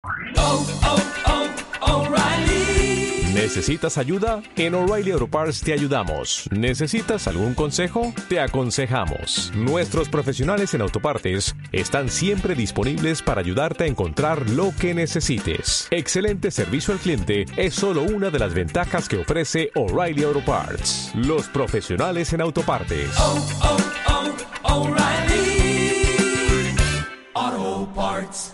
¿Necesitas ayuda? En O'Reilly Auto Parts te ayudamos. ¿Necesitas algún consejo? Te aconsejamos. Nuestros profesionales en autopartes están siempre disponibles para ayudarte a encontrar lo que necesites. Excelente servicio al cliente es solo una de las ventajas que ofrece O'Reilly Auto Parts. Los profesionales en autopartes. O'Reilly Auto Parts.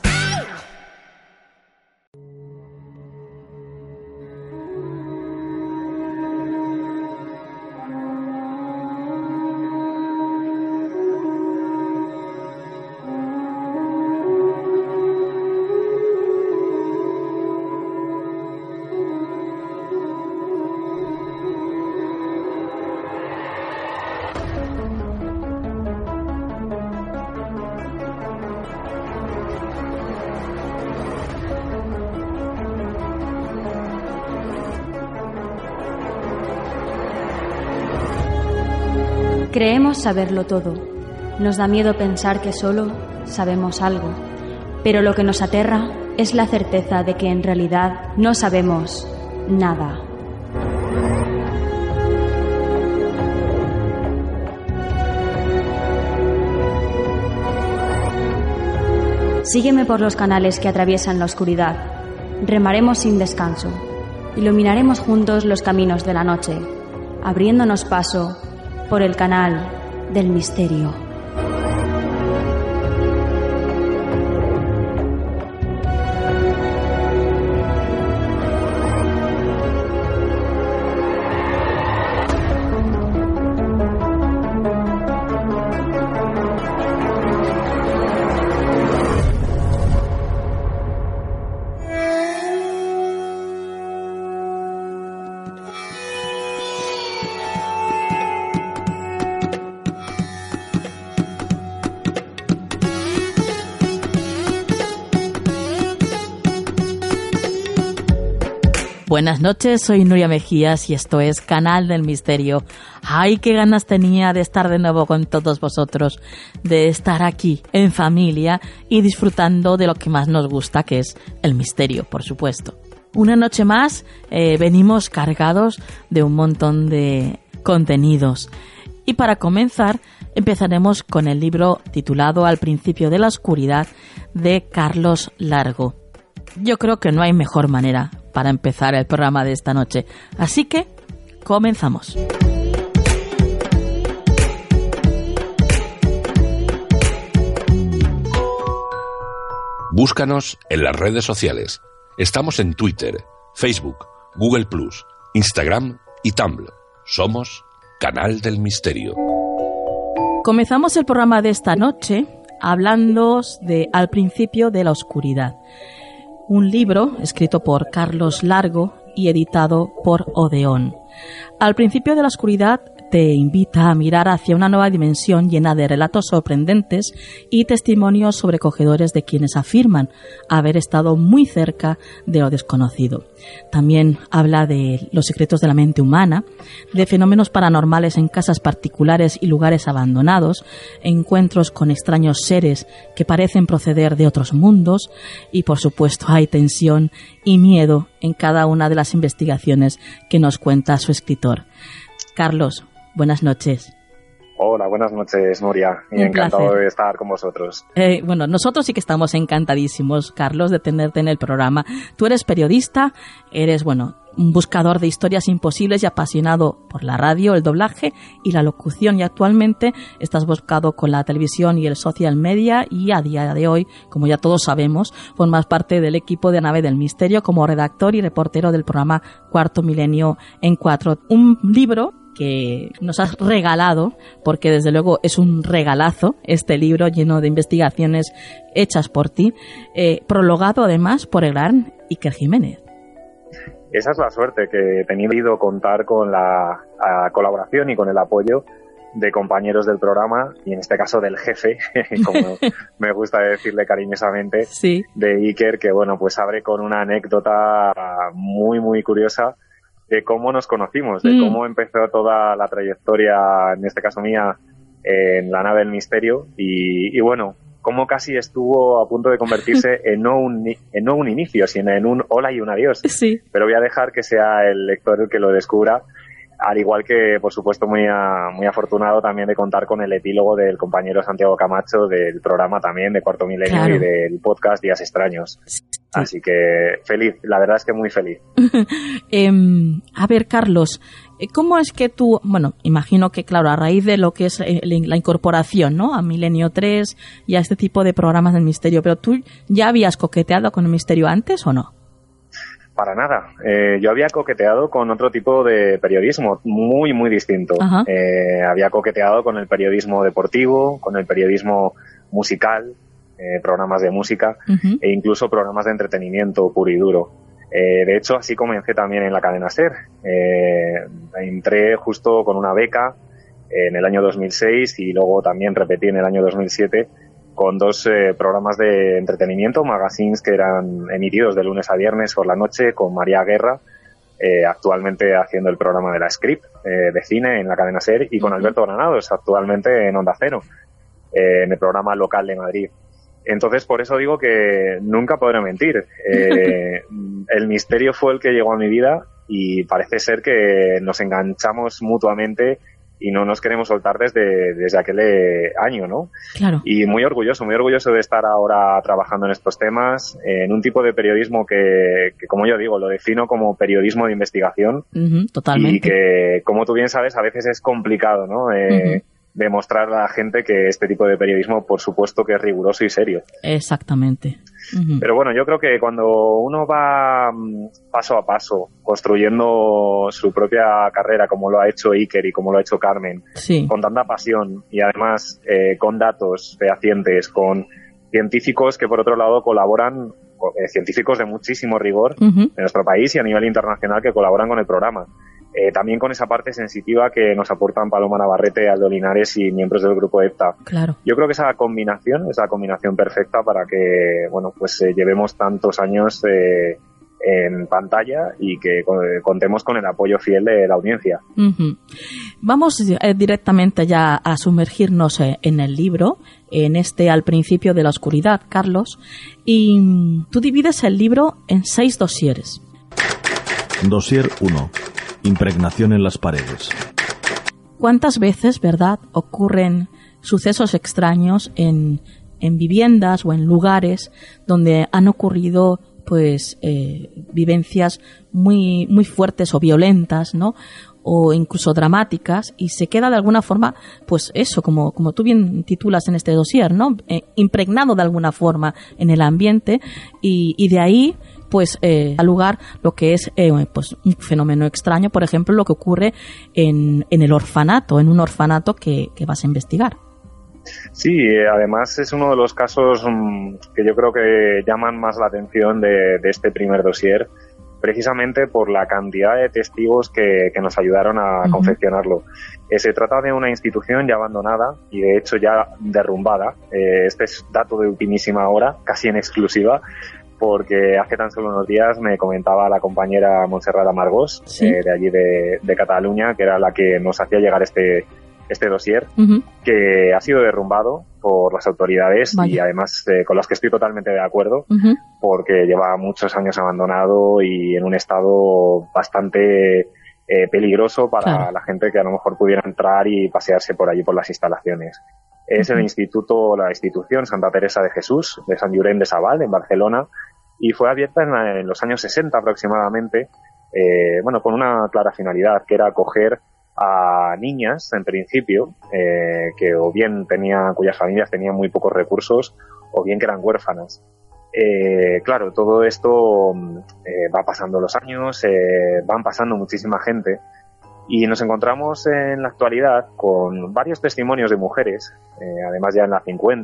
Creemos saberlo todo. Nos da miedo pensar que solo sabemos algo. Pero lo que nos aterra es la certeza de que en realidad no sabemos nada. Sígueme por los canales que atraviesan la oscuridad. Remaremos sin descanso. Iluminaremos juntos los caminos de la noche, abriéndonos paso por el canal del misterio. Buenas noches, soy Nuria Mejías y esto es Canal del Misterio. ¡Ay, qué ganas tenía de estar de nuevo con todos vosotros! De estar aquí, en familia y disfrutando de lo que más nos gusta, que es el misterio, por supuesto. Una noche más venimos cargados de un montón de contenidos. Y para comenzar, empezaremos con el libro titulado Al principio de la oscuridad, de Carlos Largo. Yo creo que no hay mejor manera para empezar el programa de esta noche. Así que, comenzamos. Búscanos en las redes sociales. Estamos en Twitter, Facebook, Google+, Instagram y Tumblr. Somos Canal del Misterio. Comenzamos el programa de esta noche hablando de Al principio de la oscuridad. Un libro escrito por Carlos Largo y editado por Odeón. Al principio de la oscuridad te invita a mirar hacia una nueva dimensión llena de relatos sorprendentes y testimonios sobrecogedores de quienes afirman haber estado muy cerca de lo desconocido. También habla de los secretos de la mente humana, de fenómenos paranormales en casas particulares y lugares abandonados, encuentros con extraños seres que parecen proceder de otros mundos y, por supuesto, hay tensión y miedo en cada una de las investigaciones que nos cuenta su escritor. Carlos, buenas noches. Hola, buenas noches, Nuria. Y encantado de estar con vosotros. Bueno, nosotros sí que estamos encantadísimos, Carlos, de tenerte en el programa. Tú eres periodista, eres, un buscador de historias imposibles y apasionado por la radio, el doblaje y la locución. Y actualmente estás buscado con la televisión y el social media y a día de hoy, como ya todos sabemos, formas parte del equipo de Nave del Misterio como redactor y reportero del programa Cuarto Milenio en 4. Un libro que nos has regalado, porque desde luego es un regalazo este libro lleno de investigaciones hechas por ti, prologado además por el gran Iker Jiménez. Esa es la suerte que he tenido, contar con la colaboración y con el apoyo de compañeros del programa, y en este caso del jefe, como me gusta decirle cariñosamente, sí, de Iker, que pues abre con una anécdota muy, muy curiosa de cómo nos conocimos, de cómo empezó toda la trayectoria, en este caso mía, en la Nave del Misterio. Y cómo casi estuvo a punto de convertirse en no un inicio, sino en un hola y un adiós. Sí. Pero voy a dejar que sea el lector el que lo descubra, al igual que, por supuesto, muy afortunado también de contar con el epílogo del compañero Santiago Camacho del programa también de Cuarto Milenio, claro, y del podcast Días Extraños. Sí. Así que feliz, la verdad es que muy feliz. A ver, Carlos, ¿cómo es que tú, bueno, imagino que, claro, a raíz de lo que es la incorporación, ¿no?, a Milenio 3 y a este tipo de programas del misterio, pero tú ya habías coqueteado con el misterio antes o no? Para nada. Yo había coqueteado con otro tipo de periodismo muy, muy distinto. Había coqueteado con el periodismo deportivo, con el periodismo musical, programas de música, e incluso programas de entretenimiento puro y duro. De hecho, así comencé también en la cadena SER. Entré justo con una beca en el año 2006 y luego también repetí en el año 2007 con dos programas de entretenimiento, magazines que eran emitidos de lunes a viernes por la noche, con María Guerra, actualmente haciendo el programa de la Script de cine en la cadena SER, y con Alberto Granados, actualmente en Onda Cero, en el programa local de Madrid. Entonces, por eso digo que nunca podré mentir. El misterio fue el que llegó a mi vida y parece ser que nos enganchamos mutuamente y no nos queremos soltar desde aquel año, ¿no? Claro. Y muy orgulloso de estar ahora trabajando en estos temas, en un tipo de periodismo que como yo digo, lo defino como periodismo de investigación. Totalmente. Y que, como tú bien sabes, a veces es complicado, ¿no? Demostrar a la gente que este tipo de periodismo, por supuesto, que es riguroso y serio. Exactamente. Pero bueno, yo creo que cuando uno va paso a paso construyendo su propia carrera, como lo ha hecho Iker y como lo ha hecho Carmen, sí, con tanta pasión y además con datos fehacientes, con científicos que por otro lado colaboran, científicos de muchísimo rigor en nuestro país y a nivel internacional que colaboran con el programa. También con esa parte sensitiva que nos aportan Paloma Navarrete, Aldo Linares y miembros del grupo EPTA. Claro. Yo creo que esa combinación es la combinación perfecta para que, bueno, pues llevemos tantos años en pantalla y que contemos con el apoyo fiel de la audiencia. Vamos directamente ya a sumergirnos en el libro, en este Al principio de la oscuridad, Carlos, y tú divides el libro en 6 dosieres. Dosier 1. Impregnación en las paredes. ¿Cuántas veces, verdad, ocurren sucesos extraños en viviendas o en lugares donde han ocurrido pues vivencias muy muy fuertes o violentas, ¿no?, o incluso dramáticas, y se queda de alguna forma, pues eso, como tú bien titulas en este dossier, ¿no?, impregnado de alguna forma en el ambiente, y de ahí pues da lugar lo que es pues un fenómeno extraño, por ejemplo, lo que ocurre en el orfanato, en un orfanato que vas a investigar. Sí, además es uno de los casos que yo creo que llaman más la atención de este primer dossier, precisamente por la cantidad de testigos que nos ayudaron a confeccionarlo. Se trata de una institución ya abandonada y de hecho ya derrumbada. Este es dato de ultimísima hora, casi en exclusiva, porque hace tan solo unos días me comentaba la compañera Montserrat Amargós, ¿sí?, de allí de Cataluña, que era la que nos hacía llegar este dossier, que ha sido derrumbado por las autoridades. Vaya. Y además con las que estoy totalmente de acuerdo, porque lleva muchos años abandonado y en un estado bastante peligroso para la gente que a lo mejor pudiera entrar y pasearse por allí por las instalaciones. Es la institución Santa Teresa de Jesús de Sant Llorenç de Savall, en Barcelona, y fue abierta en los años 60 aproximadamente, con una clara finalidad, que era acoger a niñas, en principio, que o bien cuyas familias tenían muy pocos recursos, o bien que eran huérfanas. Claro, todo esto va pasando los años, van pasando muchísima gente, y nos encontramos en la actualidad con varios testimonios de mujeres, además ya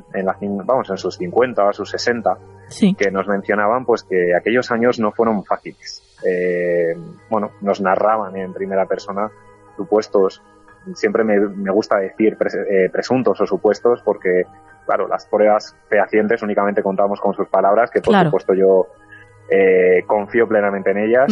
en sus 50 o sus 60, sí, que nos mencionaban pues que aquellos años no fueron fáciles. Nos narraban en primera persona supuestos, siempre me gusta decir presuntos o supuestos, porque claro, las pruebas fehacientes únicamente contamos con sus palabras, que por supuesto yo confío plenamente en ellas.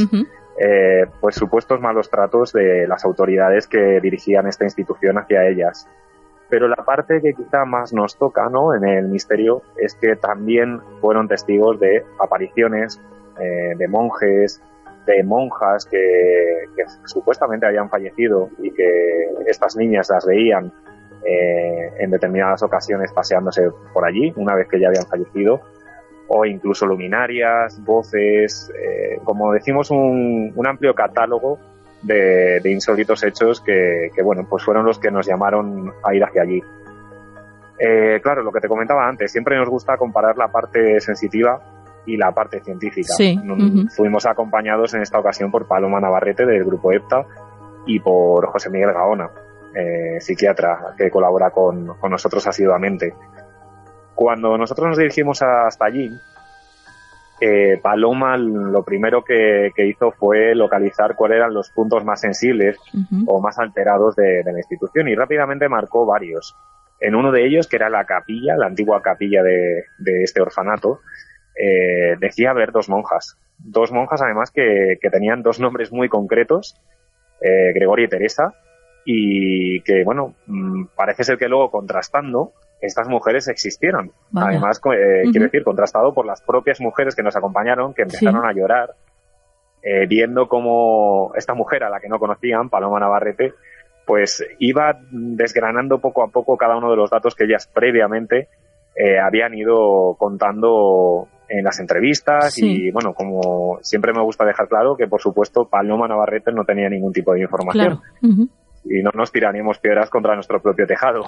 Pues supuestos malos tratos de las autoridades que dirigían esta institución hacia ellas. Pero la parte que quizá más nos toca, ¿no?, en el misterio es que también fueron testigos de apariciones de monjes, de monjas que supuestamente habían fallecido y que estas niñas las veían en determinadas ocasiones paseándose por allí una vez que ya habían fallecido, o incluso luminarias, voces, como decimos, un amplio catálogo de insólitos hechos que bueno, pues fueron los que nos llamaron a ir hacia allí. Claro, lo que te comentaba antes, siempre nos gusta comparar la parte sensitiva y la parte científica. Sí. Fuimos acompañados en esta ocasión por Paloma Navarrete del grupo EPTA y por José Miguel Gaona, psiquiatra que colabora con nosotros asiduamente. Cuando nosotros nos dirigimos hasta allí, Paloma lo primero que hizo fue localizar cuáles eran los puntos más sensibles o más alterados de la institución, y rápidamente marcó varios. En uno de ellos, que era la capilla, la antigua capilla de este orfanato, decía haber dos monjas además que tenían dos nombres muy concretos, Gregoria y Teresa, y que bueno, parece ser que luego contrastando, estas mujeres existieron. Vale. Además, quiero decir, contrastado por las propias mujeres que nos acompañaron, que empezaron a llorar, viendo cómo esta mujer, a la que no conocían, Paloma Navarrete, pues iba desgranando poco a poco cada uno de los datos que ellas previamente habían ido contando en las entrevistas. Sí. Y bueno, como siempre me gusta dejar claro que por supuesto Paloma Navarrete no tenía ningún tipo de información. Claro. Y no nos tiraríamos piedras contra nuestro propio tejado.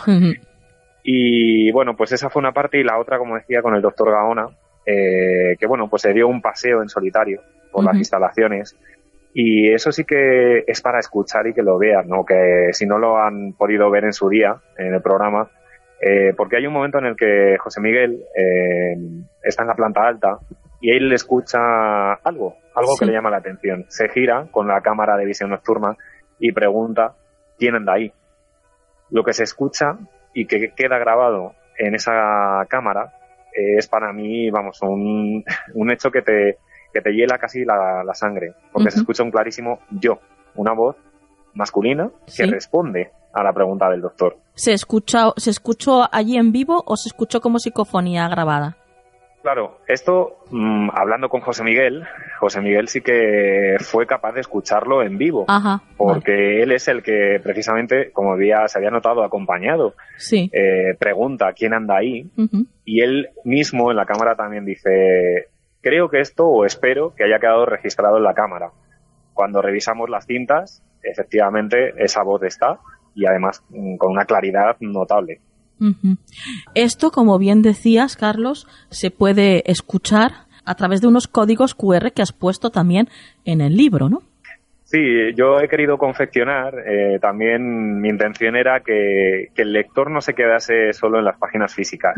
Y bueno, pues esa fue una parte, y la otra, como decía, con el doctor Gaona, que bueno, pues se dio un paseo en solitario por las instalaciones, y eso sí que es para escuchar y que lo vean, ¿no? Que si no lo han podido ver en su día en el programa, porque hay un momento en el que José Miguel está en la planta alta y él escucha algo que le llama la atención. Se gira con la cámara de visión nocturna y pregunta quién anda ahí. Lo que se escucha y que queda grabado en esa cámara es para mí, vamos, un hecho que te hiela casi la sangre, porque se escucha un clarísimo yo, una voz masculina que responde a la pregunta del doctor. ¿Se escuchó allí en vivo o se escuchó como psicofonía grabada? Claro, esto, hablando con José Miguel sí que fue capaz de escucharlo en vivo. Ajá, porque vale. Él es el que precisamente, como se había notado, acompañado. Sí. Pregunta quién anda ahí, y él mismo en la cámara también dice: creo que esto, o espero que haya quedado registrado en la cámara. Cuando revisamos las cintas, efectivamente esa voz está, y además con una claridad notable. Esto, como bien decías, Carlos, se puede escuchar a través de unos códigos QR que has puesto también en el libro, ¿no? Sí, yo he querido confeccionar, también mi intención era que el lector no se quedase solo en las páginas físicas,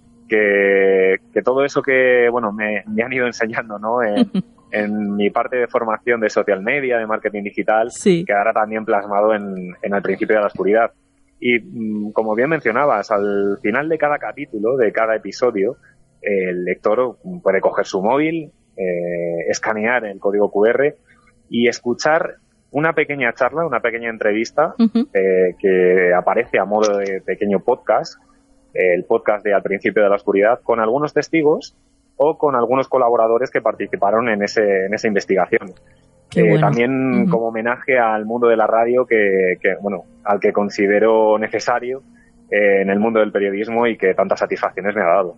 que todo eso que, bueno, me han ido enseñando, ¿no? En mi parte de formación de social media, de marketing digital, quedara también plasmado en El principio de la oscuridad. Y como bien mencionabas, al final de cada capítulo, de cada episodio, el lector puede coger su móvil, escanear el código QR y escuchar una pequeña charla, una pequeña entrevista que aparece a modo de pequeño podcast, el podcast de Al principio de la oscuridad, con algunos testigos o con algunos colaboradores que participaron en esa investigación. Bueno. También como homenaje al mundo de la radio que bueno, al que considero necesario en el mundo del periodismo y que tantas satisfacciones me ha dado.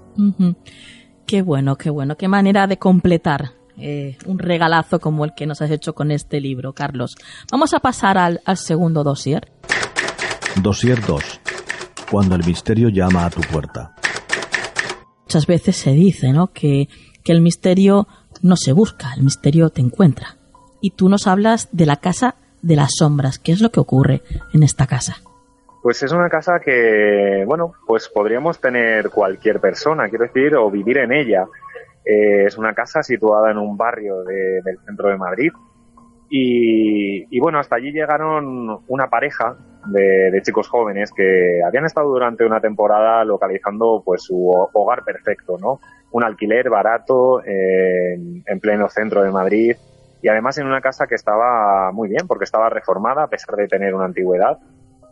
Qué bueno, qué manera de completar un regalazo como el que nos has hecho con este libro, Carlos. Vamos a pasar al segundo dossier. Dossier 2. Cuando el misterio llama a tu puerta. Muchas veces se dice, ¿no?, que el misterio no se busca, el misterio te encuentra. Y tú nos hablas de la Casa de las Sombras. ¿Qué es lo que ocurre en esta casa? Pues es una casa que, bueno, pues podríamos tener cualquier persona, quiero decir, o vivir en ella. Es una casa situada en un barrio del centro de Madrid. Y bueno, hasta allí llegaron una pareja de chicos jóvenes que habían estado durante una temporada localizando pues su hogar perfecto, ¿no? Un alquiler barato en pleno centro de Madrid, y además en una casa que estaba muy bien porque estaba reformada a pesar de tener una antigüedad.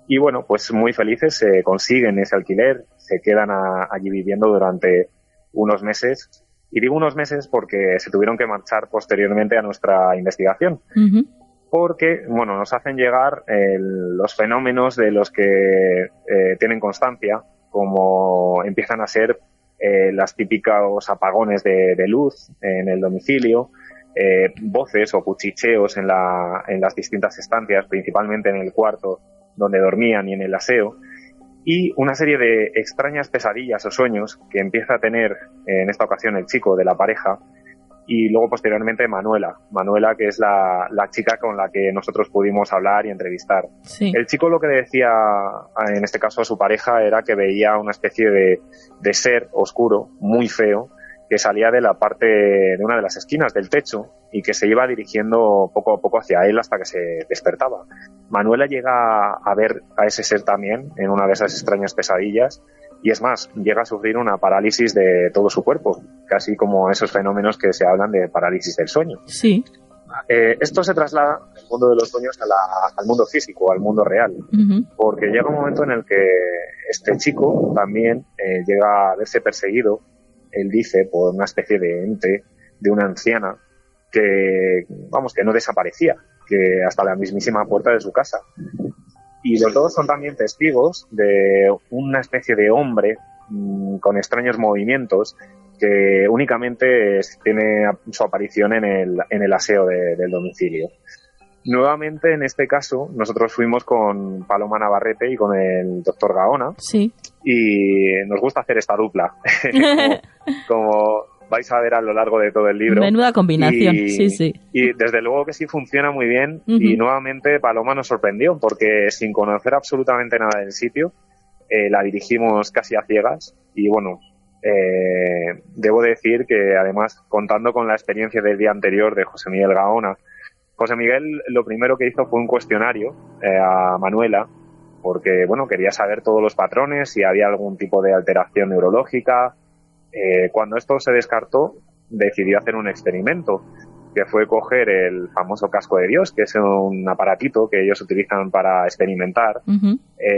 Y bueno, pues muy felices, se consiguen ese alquiler, se quedan allí viviendo durante unos meses. Y digo unos meses porque se tuvieron que marchar posteriormente a nuestra investigación. Uh-huh. Porque, bueno, nos hacen llegar los fenómenos de los que tienen constancia, como empiezan a ser los típicos apagones de luz en el domicilio, voces o cuchicheos en las distintas estancias, principalmente en el cuarto donde dormían y en el aseo, y una serie de extrañas pesadillas o sueños que empieza a tener en esta ocasión el chico de la pareja, y luego posteriormente Manuela, que es la chica con la que nosotros pudimos hablar y entrevistar. Sí. El chico lo que decía, en este caso a su pareja, era que veía una especie de ser oscuro, muy feo, que salía de la parte de una de las esquinas del techo y que se iba dirigiendo poco a poco hacia él hasta que se despertaba. Manuela llega a ver a ese ser también en una de esas extrañas pesadillas, y es más, llega a sufrir una parálisis de todo su cuerpo, casi como esos fenómenos que se hablan de parálisis del sueño. Sí. Esto se traslada del mundo de los sueños al mundo físico, al mundo real, Uh-huh. porque llega un momento en el que este chico también llega a verse perseguido, él dice, por una especie de ente, de una anciana, que no desaparecía, que hasta la mismísima puerta de su casa. Y los dos son también testigos de una especie de hombre con extraños movimientos que únicamente tiene su aparición en el aseo del domicilio. Nuevamente, en este caso, nosotros fuimos con Paloma Navarrete y con el doctor Gaona. Sí. Y nos gusta hacer esta dupla, como vais a ver a lo largo de todo el libro. Menuda combinación, sí. Y desde luego que sí funciona muy bien. Uh-huh. Y nuevamente Paloma nos sorprendió, porque sin conocer absolutamente nada del sitio, la dirigimos casi a ciegas. Y bueno, debo decir que además, contando con la experiencia del día anterior de José Miguel Gaona, José Miguel lo primero que hizo fue un cuestionario a Manuela, porque bueno, quería saber todos los patrones, si había algún tipo de alteración neurológica. Cuando esto se descartó, decidió hacer un experimento, que fue coger el famoso casco de Dios, que es un aparatito que ellos utilizan para experimentar, Uh-huh.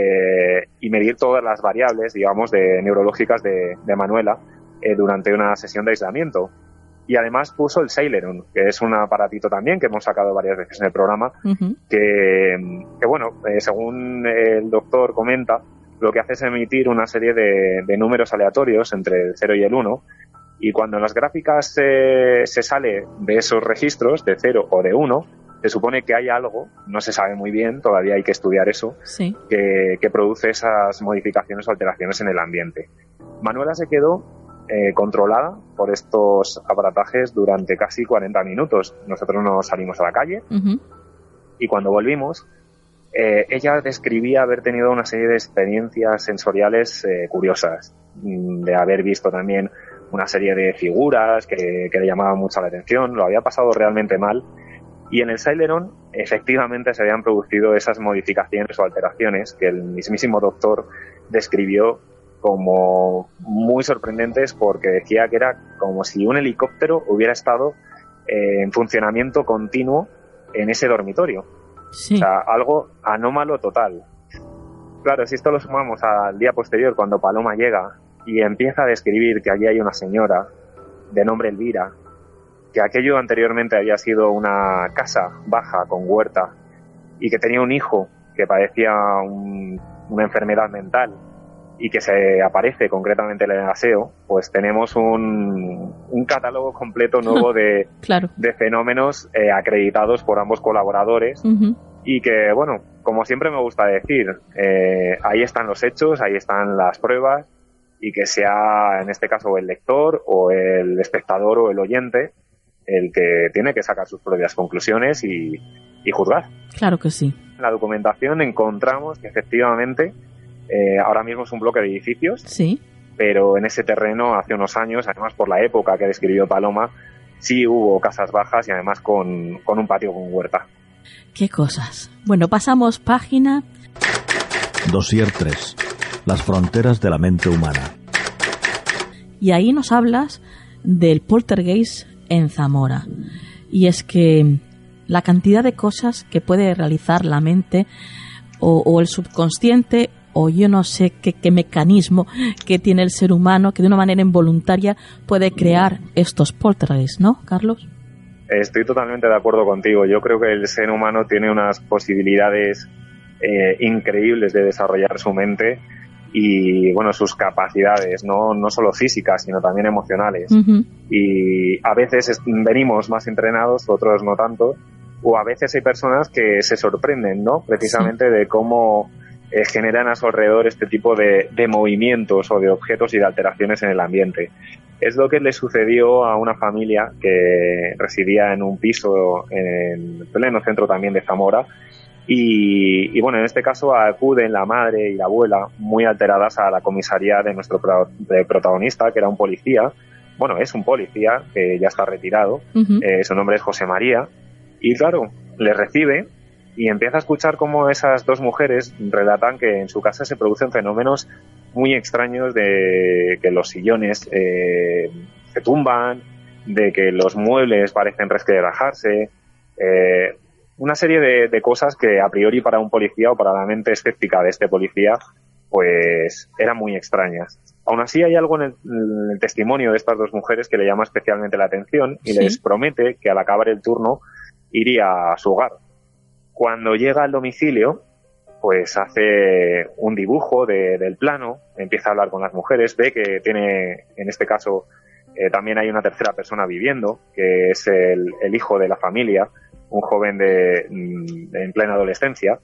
y medir todas las variables, digamos, neurológicas de Manuela durante una sesión de aislamiento. Y además puso el Celeron, que es un aparatito también que hemos sacado varias veces en el programa, Uh-huh. que bueno, según el doctor comenta, lo que hace es emitir una serie de números aleatorios entre el 0 y el 1, y cuando en las gráficas se sale de esos registros, de 0 o de 1, se supone que hay algo, no se sabe muy bien, todavía hay que estudiar eso, Sí. que produce esas modificaciones o alteraciones en el ambiente. Manuela se quedó controlada por estos aparatajes durante casi 40 minutos. Nosotros nos salimos a la calle, Uh-huh. y cuando volvimos, ella describía haber tenido una serie de experiencias sensoriales curiosas, de haber visto también una serie de figuras que le llamaban mucho la atención, lo había pasado realmente mal, y en el Celeron efectivamente se habían producido esas modificaciones o alteraciones que el mismísimo doctor describió como muy sorprendentes, porque decía que era como si un helicóptero hubiera estado en funcionamiento continuo en ese dormitorio. Sí. O sea, algo anómalo total. Claro, si esto lo sumamos al día posterior, cuando Paloma llega y empieza a describir que allí hay una señora de nombre Elvira, que aquello anteriormente había sido una casa baja con huerta y que tenía un hijo que padecía una enfermedad mental y que se aparece concretamente en el aseo, pues tenemos un catálogo completo nuevo de Claro. fenómenos acreditados por ambos colaboradores. Uh-huh. Y que, bueno, como siempre me gusta decir, ahí están los hechos, ahí están las pruebas, y que sea en este caso el lector o el espectador o el oyente el que tiene que sacar sus propias conclusiones y juzgar. Claro que sí. En la documentación encontramos que efectivamente ahora mismo es un bloque de edificios, Sí. pero en ese terreno hace unos años, además por la época que describió Paloma, sí hubo casas bajas y además con un patio con huerta. Qué cosas. Bueno, pasamos página. Dossier 3. Las fronteras de la mente humana. Y ahí nos hablas del poltergeist en Zamora. Y es que la cantidad de cosas que puede realizar la mente o el subconsciente, o yo no sé qué mecanismo que tiene el ser humano que de una manera involuntaria puede crear estos poltergeists, ¿no, Carlos? Estoy totalmente de acuerdo contigo. Yo creo que el ser humano tiene unas posibilidades increíbles de desarrollar su mente y, bueno, sus capacidades, no solo físicas, sino también emocionales. Uh-huh. Y a veces venimos más entrenados, otros no tanto, o a veces hay personas que se sorprenden, ¿no? Precisamente de cómo generan a su alrededor este tipo de movimientos o de objetos y de alteraciones en el ambiente. Es lo que le sucedió a una familia que residía en un piso en pleno centro también de Zamora y bueno, en este caso acuden la madre y la abuela muy alteradas a la comisaría de nuestro protagonista, que era un policía. Bueno, es un policía que ya está retirado. Uh-huh. Su nombre es José María y claro, le recibe y empieza a escuchar cómo esas dos mujeres relatan que en su casa se producen fenómenos muy extraños, de que los sillones se tumban, de que los muebles parecen resquebrajarse, una serie de cosas que a priori para un policía o para la mente escéptica de este policía pues eran muy extrañas. Aún así hay algo en el testimonio de estas dos mujeres que le llama especialmente la atención y les promete que al acabar el turno iría a su hogar. Cuando llega al domicilio, pues hace un dibujo del plano, empieza a hablar con las mujeres, ve que tiene, en este caso, también hay una tercera persona viviendo, que es el hijo de la familia, un joven en plena adolescencia.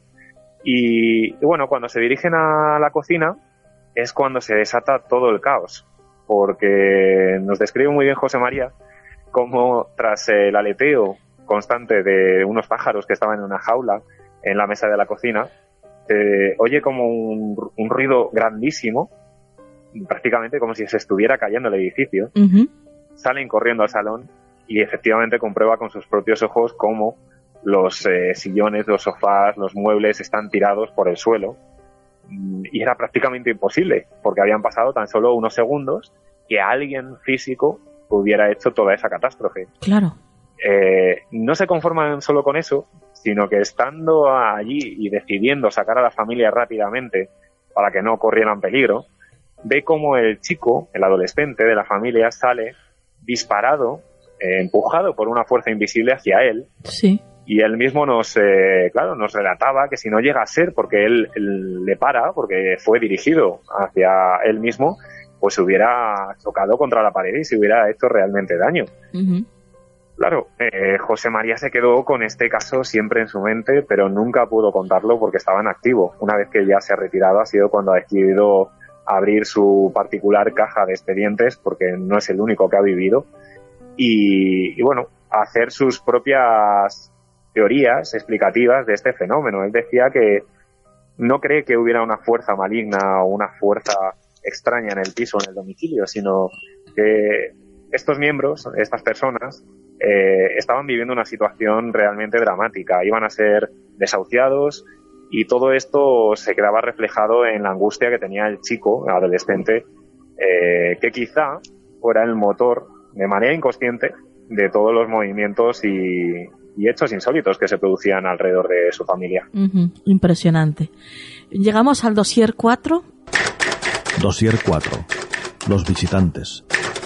Y bueno, cuando se dirigen a la cocina es cuando se desata todo el caos, porque nos describe muy bien José María cómo tras el aleteo constante de unos pájaros que estaban en una jaula en la mesa de la cocina, oye como un ruido grandísimo, prácticamente como si se estuviera cayendo el edificio. Uh-huh. Salen corriendo al salón y efectivamente comprueba con sus propios ojos cómo los sillones, los sofás, los muebles están tirados por el suelo, y era prácticamente imposible porque habían pasado tan solo unos segundos que alguien físico hubiera hecho toda esa catástrofe. Claro. No se conforman solo con eso, sino que estando allí y decidiendo sacar a la familia rápidamente para que no corrieran peligro, ve como el chico, el adolescente de la familia, sale disparado, empujado por una fuerza invisible hacia él. Sí. Y él mismo nos relataba que si no llega a ser porque él le para, porque fue dirigido hacia él mismo, pues se hubiera chocado contra la pared y se hubiera hecho realmente daño. Uh-huh. Claro, José María se quedó con este caso siempre en su mente, pero nunca pudo contarlo porque estaba en activo. Una vez que ya se ha retirado ha sido cuando ha decidido abrir su particular caja de expedientes, porque no es el único que ha vivido, y bueno, hacer sus propias teorías explicativas de este fenómeno. Él decía que no cree que hubiera una fuerza maligna o una fuerza extraña en el piso, en el domicilio, sino que estos miembros, estas personas, estaban viviendo una situación realmente dramática. Iban a ser desahuciados y todo esto se quedaba reflejado en la angustia que tenía el chico, el adolescente, que quizá fuera el motor, de manera inconsciente, de todos los movimientos y hechos insólitos que se producían alrededor de su familia. Uh-huh. Impresionante. Llegamos al dossier 4. Dossier 4. Los visitantes.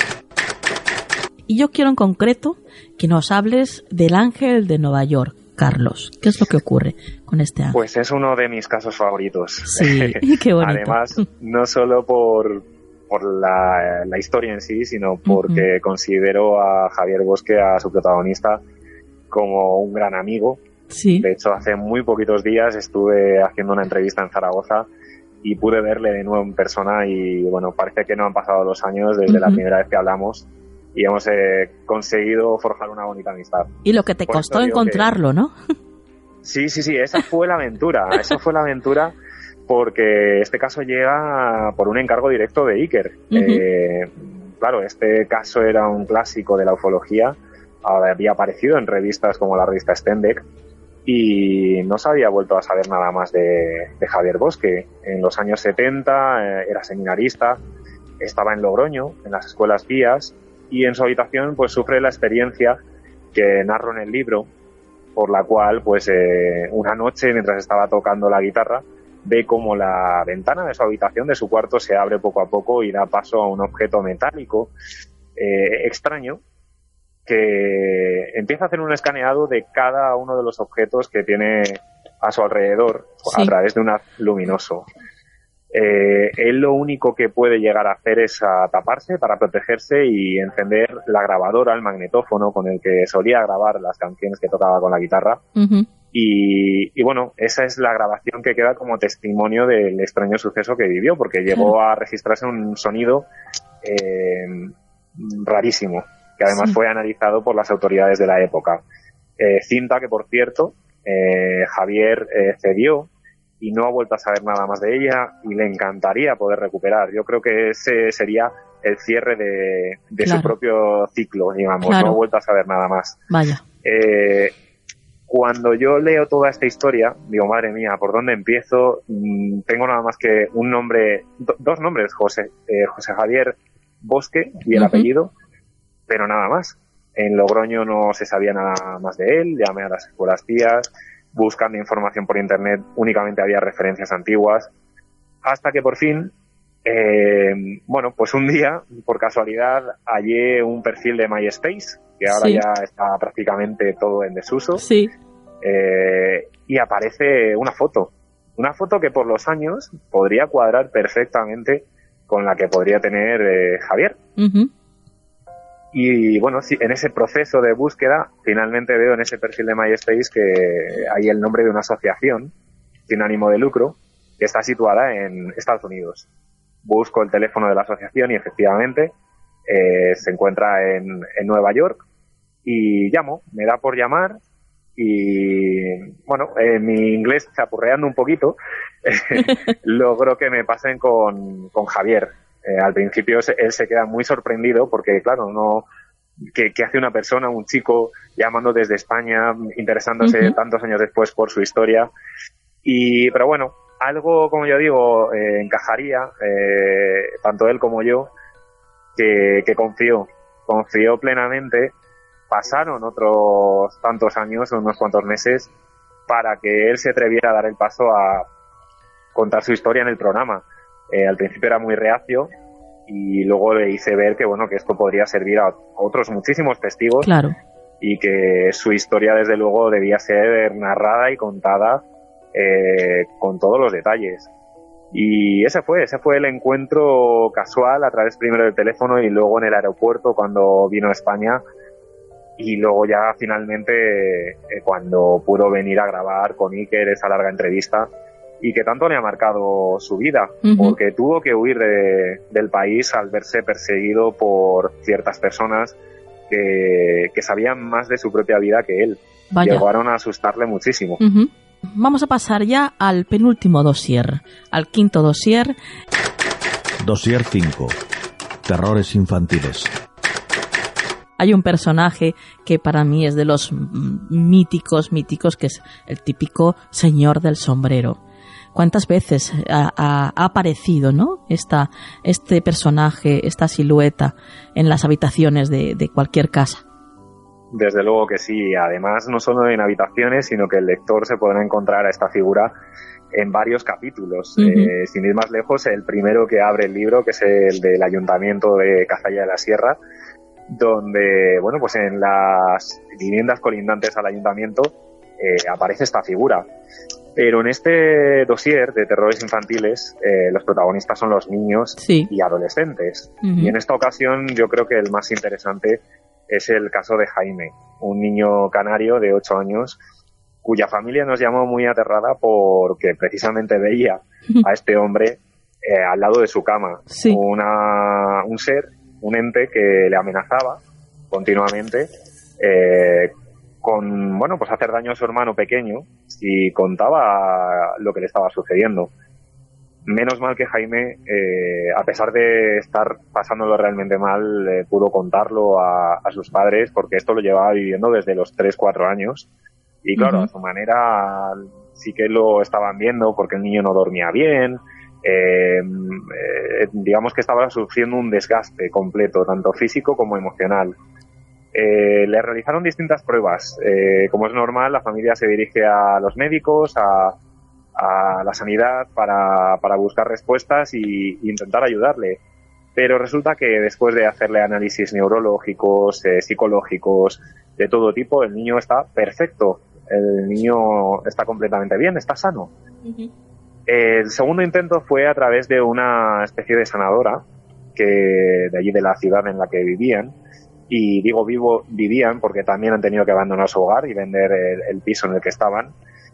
Y yo quiero en concreto que nos hables del ángel de Nueva York, Carlos. ¿Qué es lo que ocurre con este ángel? Pues es uno de mis casos favoritos. Sí, qué bonito. Además, no solo por la historia en sí, sino porque considero a Javier Bosque, a su protagonista, como un gran amigo. Sí. De hecho, hace muy poquitos días estuve haciendo una entrevista en Zaragoza y pude verle de nuevo en persona y bueno, parece que no han pasado los años desde la primera vez que hablamos y hemos conseguido forjar una bonita amistad. Y lo que te costó encontrarlo, ¿no? Sí, esa fue la aventura. Esa fue la aventura porque este caso llega por un encargo directo de Iker. Claro, este caso era un clásico de la ufología. Había aparecido en revistas como la revista Stendek y no se había vuelto a saber nada más de Javier Bosque. En los años 70 era seminarista, estaba en Logroño, en las escuelas guías, y en su habitación pues sufre la experiencia que narro en el libro por la cual, pues, una noche, mientras estaba tocando la guitarra, ve como la ventana de su habitación, de su cuarto, se abre poco a poco y da paso a un objeto metálico extraño, que empieza a hacer un escaneado de cada uno de los objetos que tiene a su alrededor, sí, a través de un haz luminoso. Él lo único que puede llegar a hacer es a taparse para protegerse y encender la grabadora, el magnetófono con el que solía grabar las canciones que tocaba con la guitarra. Uh-huh. Y bueno, esa es la grabación que queda como testimonio del extraño suceso que vivió, porque llegó a registrarse un sonido rarísimo, que además fue analizado por las autoridades de la época. Cinta que, por cierto, Javier cedió y no ha vuelto a saber nada más de ella, y le encantaría poder recuperar. Yo creo que ese sería el cierre de su propio ciclo, digamos. No ha vuelto a saber nada más. Vaya. Cuando yo leo toda esta historia, digo, madre mía, ¿por dónde empiezo? Tengo nada más que un nombre, dos nombres, José Javier Bosque y el apellido, pero nada más. En Logroño no se sabía nada más de él, llamé a las escuelas tías, buscando información por internet únicamente había referencias antiguas, hasta que por fin, bueno, pues un día, por casualidad, hallé un perfil de MySpace, que ahora ya está prácticamente todo en desuso, y aparece una foto que por los años podría cuadrar perfectamente con la que podría tener Javier. Uh-huh. Y bueno, en ese proceso de búsqueda, finalmente veo en ese perfil de MySpace que hay el nombre de una asociación sin ánimo de lucro que está situada en Estados Unidos. Busco el teléfono de la asociación y efectivamente se encuentra en Nueva York, y llamo, me da por llamar, y bueno, mi inglés chapurreando un poquito, logro que me pasen con Javier. Al principio él se queda muy sorprendido porque, claro, no, ¿qué hace una persona, un chico, llamando desde España, interesándose tantos años después por su historia? Pero bueno, algo, como yo digo, encajaría, tanto él como yo, que confió plenamente. Pasaron otros tantos años, unos cuantos meses, para que él se atreviera a dar el paso a contar su historia en el programa. Al principio era muy reacio, y luego le hice ver que bueno, que esto podría servir a otros muchísimos testigos, claro, y que su historia desde luego debía ser narrada y contada con todos los detalles. Y ese fue el encuentro casual, a través primero del teléfono y luego en el aeropuerto cuando vino a España, y luego ya finalmente cuando pudo venir a grabar con Iker esa larga entrevista, y que tanto le ha marcado su vida, porque tuvo que huir del país al verse perseguido por ciertas personas que sabían más de su propia vida que él. Vaya. Llegaron a asustarle muchísimo. Vamos a pasar ya al penúltimo dossier, al quinto dossier. Dossier 5. Terrores infantiles. Hay un personaje que para mí es de los míticos, que es el típico señor del sombrero. ¿Cuántas veces ha aparecido, ¿no? Este personaje, esta silueta en las habitaciones de cualquier casa? Desde luego que sí. Además, no solo en habitaciones, sino que el lector se podrá encontrar a esta figura en varios capítulos. Sin ir más lejos, el primero que abre el libro, que es el del Ayuntamiento de Cazalla de la Sierra, donde, bueno, pues en las viviendas colindantes al ayuntamiento aparece esta figura. Pero en este dossier de terrores infantiles, los protagonistas son los niños y adolescentes. Y en esta ocasión yo creo que el más interesante es el caso de Jaime, un niño canario de 8 años, cuya familia nos llamó muy aterrada porque precisamente veía a este hombre al lado de su cama. Un ser, un ente que le amenazaba continuamente con, bueno, pues hacer daño a su hermano pequeño si contaba lo que le estaba sucediendo. Menos mal que Jaime, a pesar de estar pasándolo realmente mal, pudo contarlo a sus padres, porque esto lo llevaba viviendo desde los 3-4 años. Y claro, a su manera sí que lo estaban viendo, porque el niño no dormía bien. Digamos que estaba sufriendo un desgaste completo, tanto físico como emocional. le realizaron distintas pruebas. Como es normal, la familia se dirige a los médicos, a la sanidad para buscar respuestas y intentar ayudarle. Pero resulta que después de hacerle análisis neurológicos, psicológicos, de todo tipo, el niño está perfecto. El niño está completamente bien, está sano. Uh-huh. El segundo intento fue a través de una especie de sanadora de allí de la ciudad en la que vivían. Y digo vivían porque también han tenido que abandonar su hogar y vender el piso en el que estaban.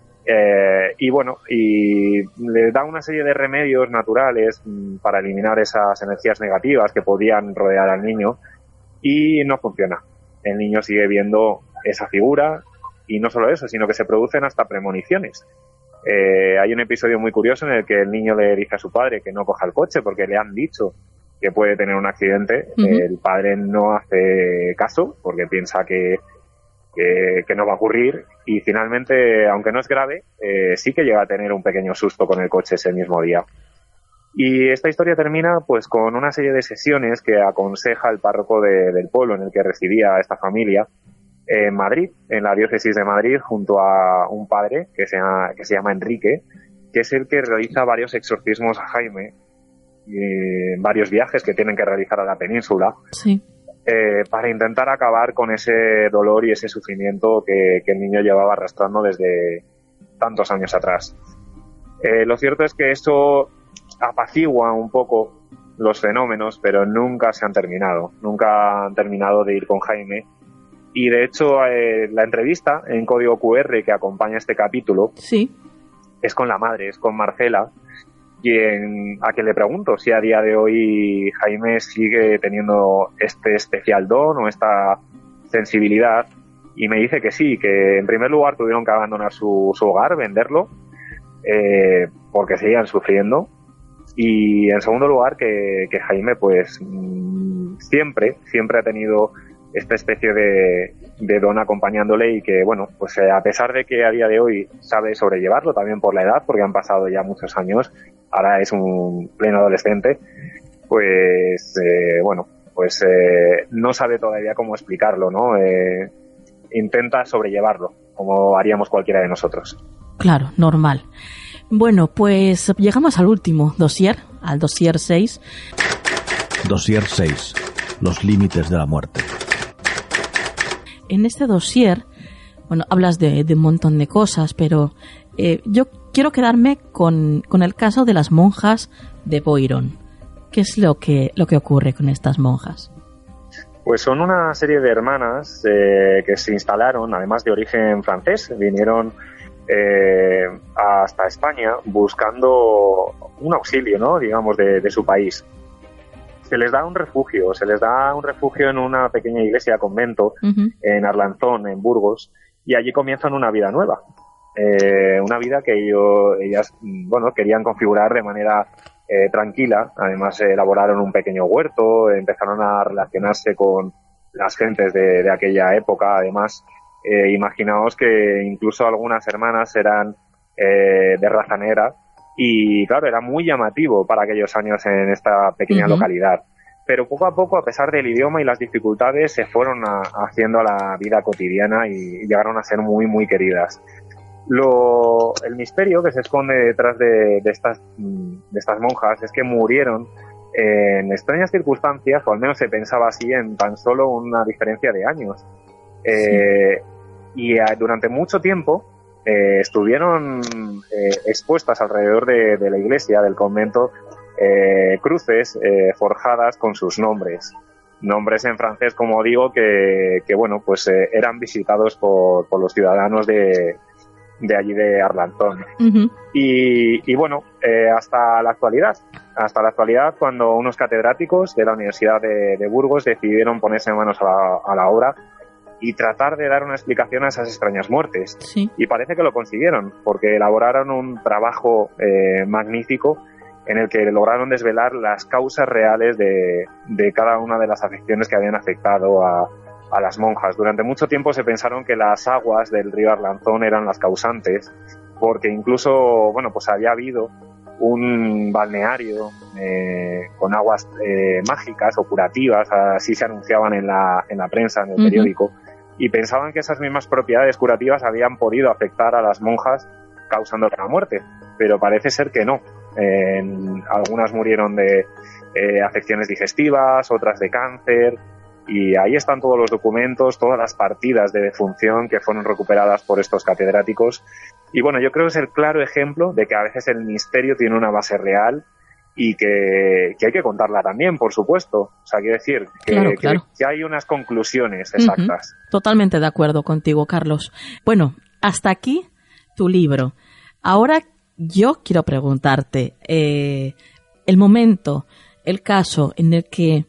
Y le da una serie de remedios naturales para eliminar esas energías negativas que podían rodear al niño y no funciona. El niño sigue viendo esa figura y no solo eso, sino que se producen hasta premoniciones. Hay un episodio muy curioso en el que el niño le dice a su padre que no coja el coche porque le han dicho que puede tener un accidente. Uh-huh. El padre no hace caso porque piensa que no va a ocurrir y finalmente, aunque no es grave, sí que llega a tener un pequeño susto con el coche ese mismo día. Y esta historia termina pues con una serie de sesiones que aconseja el párroco del pueblo en el que residía esta familia en Madrid, en la diócesis de Madrid, junto a un padre que se llama Enrique, que es el que realiza varios exorcismos a Jaime, varios viajes que tienen que realizar a la península. Sí. Para intentar acabar con ese dolor y ese sufrimiento que el niño llevaba arrastrando desde tantos años atrás. Lo cierto es que eso apacigua un poco los fenómenos, pero nunca se han terminado. Nunca han terminado de ir con Jaime. Y de hecho, la entrevista en código QR que acompaña este capítulo sí. Es con la madre, es con Marcela, a quien le pregunto si a día de hoy Jaime sigue teniendo este especial don o esta sensibilidad, y me dice que sí, que en primer lugar tuvieron que abandonar su hogar, venderlo, porque seguían sufriendo, y en segundo lugar que Jaime pues siempre ha tenido esta especie de don acompañándole y que, bueno, pues a pesar de que a día de hoy sabe sobrellevarlo también por la edad, porque han pasado ya muchos años, ahora es un pleno adolescente, pues, no sabe todavía cómo explicarlo, ¿no? Intenta sobrellevarlo, como haríamos cualquiera de nosotros. Claro, normal. Bueno, pues llegamos al último dossier, al dossier 6. Dossier 6. Los límites de la muerte. En este dossier, bueno, hablas de un montón de cosas, pero yo quiero quedarme con el caso de las monjas de Boiron. ¿Qué es lo que ocurre con estas monjas? Pues son una serie de hermanas que se instalaron, además de origen francés, vinieron hasta España buscando un auxilio, ¿no? Digamos, de su país. Se les da un refugio en una pequeña iglesia, convento, uh-huh. En Arlanzón, en Burgos, y allí comienzan una vida nueva. Una vida que ellas querían configurar de manera tranquila. Además elaboraron un pequeño huerto, empezaron a relacionarse con las gentes de aquella época. Además, imaginaos que incluso algunas hermanas eran de raza negra. Y claro, era muy llamativo para aquellos años en esta pequeña uh-huh. localidad. Pero poco a poco, a pesar del idioma y las dificultades, se fueron haciendo a la vida cotidiana y llegaron a ser muy, muy queridas. El misterio que se esconde detrás de estas monjas es que murieron en extrañas circunstancias, o al menos se pensaba así, en tan solo una diferencia de años. Sí. Y durante mucho tiempo estuvieron expuestas alrededor de la iglesia, del convento, cruces forjadas con sus nombres en francés, como digo, que eran visitados por los ciudadanos de allí de Arlanzón. Uh-huh. Y hasta la actualidad, cuando unos catedráticos de la Universidad de Burgos decidieron ponerse manos a la obra y tratar de dar una explicación a esas extrañas muertes. Sí. Y parece que lo consiguieron, porque elaboraron un trabajo magnífico en el que lograron desvelar las causas reales de cada una de las afecciones que habían afectado a las monjas. Durante mucho tiempo se pensaron que las aguas del río Arlanzón eran las causantes, porque incluso, había habido un balneario con aguas mágicas o curativas, así se anunciaban en la prensa, en el periódico, y pensaban que esas mismas propiedades curativas habían podido afectar a las monjas causando la muerte, pero parece ser que no. Algunas murieron de afecciones digestivas, otras de cáncer, y ahí están todos los documentos, todas las partidas de defunción que fueron recuperadas por estos catedráticos. Y bueno, yo creo que es el claro ejemplo de que a veces el misterio tiene una base real y que hay que contarla también, por supuesto. O sea, quiero decir que hay unas conclusiones exactas. Totalmente de acuerdo contigo, Carlos. Bueno, hasta aquí tu libro. Ahora yo quiero preguntarte, el momento, el caso en el que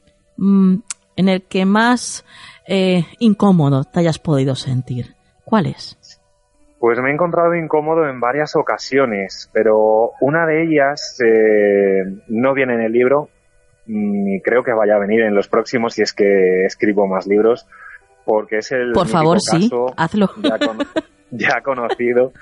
más incómodo te hayas podido sentir, ¿cuál es? Pues me he encontrado incómodo en varias ocasiones, pero una de ellas no viene en el libro, ni creo que vaya a venir en los próximos si es que escribo más libros, porque es el Por favor, caso sí, hazlo. ya conocido,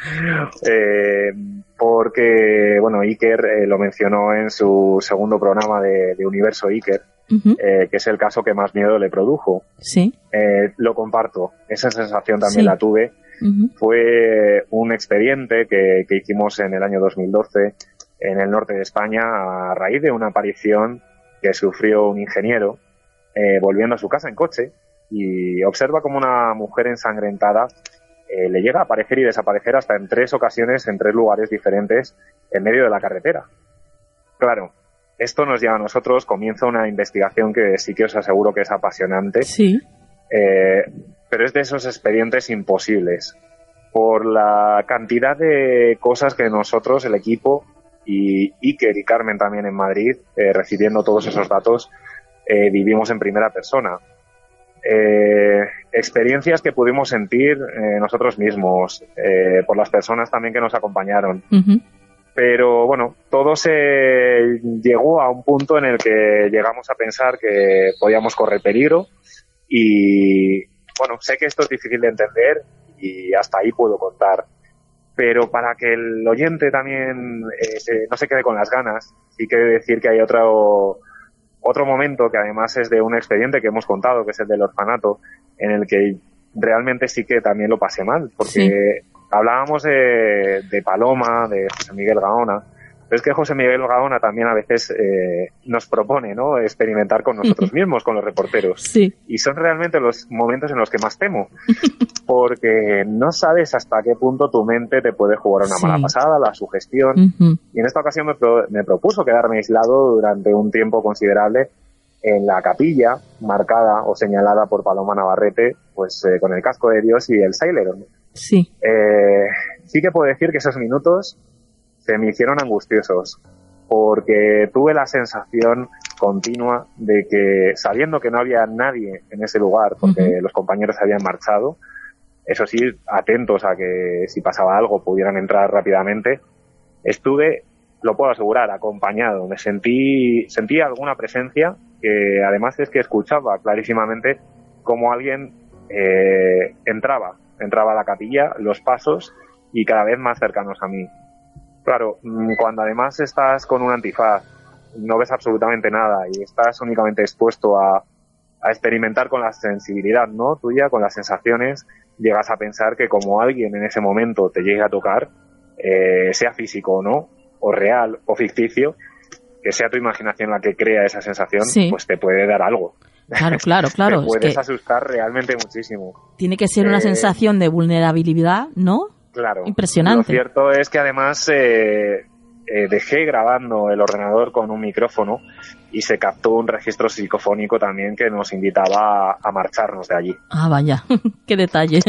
porque, bueno, Iker lo mencionó en su segundo programa de Universo Iker, que es el caso que más miedo le produjo. Sí. Lo comparto, esa sensación también la tuve. Fue un expediente que hicimos en el año 2012 en el norte de España a raíz de una aparición que sufrió un ingeniero volviendo a su casa en coche y observa como una mujer ensangrentada le llega a aparecer y desaparecer hasta en 3 ocasiones en 3 lugares diferentes en medio de la carretera. Claro, esto nos lleva a nosotros, comienza una investigación que sí que os aseguro que es apasionante. Sí. Pero es de esos expedientes imposibles por la cantidad de cosas que nosotros, el equipo, y Iker y Carmen también en Madrid, recibiendo todos esos datos, vivimos en primera persona. Experiencias que pudimos sentir nosotros mismos, por las personas también que nos acompañaron. Pero bueno, todo se llegó a un punto en el que llegamos a pensar que podíamos correr peligro y bueno, sé que esto es difícil de entender y hasta ahí puedo contar, pero para que el oyente también no se quede con las ganas, sí que decir que hay otro momento que además es de un expediente que hemos contado, que es el del orfanato, en el que realmente sí que también lo pasé mal, porque hablábamos de Paloma, de José Miguel Gaona, pero es que José Miguel Gaona también a veces nos propone, ¿no?, experimentar con nosotros mismos, con los reporteros. Sí. Y son realmente los momentos en los que más temo, porque no sabes hasta qué punto tu mente te puede jugar una mala pasada, la sugestión. Y en esta ocasión me propuso quedarme aislado durante un tiempo considerable en la capilla marcada o señalada por Paloma Navarrete, pues con el casco de Dios y el Sailor. Sí. Sí que puedo decir que esos minutos se me hicieron angustiosos, porque tuve la sensación continua de que, sabiendo que no había nadie en ese lugar, porque los compañeros habían marchado, eso sí, atentos a que si pasaba algo pudieran entrar rápidamente, estuve, lo puedo asegurar, acompañado. Me sentí alguna presencia que además es que escuchaba clarísimamente cómo alguien entraba a la capilla, los pasos, y cada vez más cercanos a mí. Claro, cuando además estás con un antifaz, no ves absolutamente nada y estás únicamente expuesto a experimentar con la sensibilidad, ¿no?, tuya, con las sensaciones, llegas a pensar que como alguien en ese momento te llegue a tocar, sea físico o no, o real o ficticio, que sea tu imaginación la que crea esa sensación, pues te puede dar algo. Claro. Te puedes asustar realmente muchísimo. Tiene que ser una sensación de vulnerabilidad, ¿no? Claro. Impresionante. Lo cierto es que además dejé grabando el ordenador con un micrófono y se captó un registro psicofónico también que nos invitaba a marcharnos de allí. Ah, vaya, qué detalle.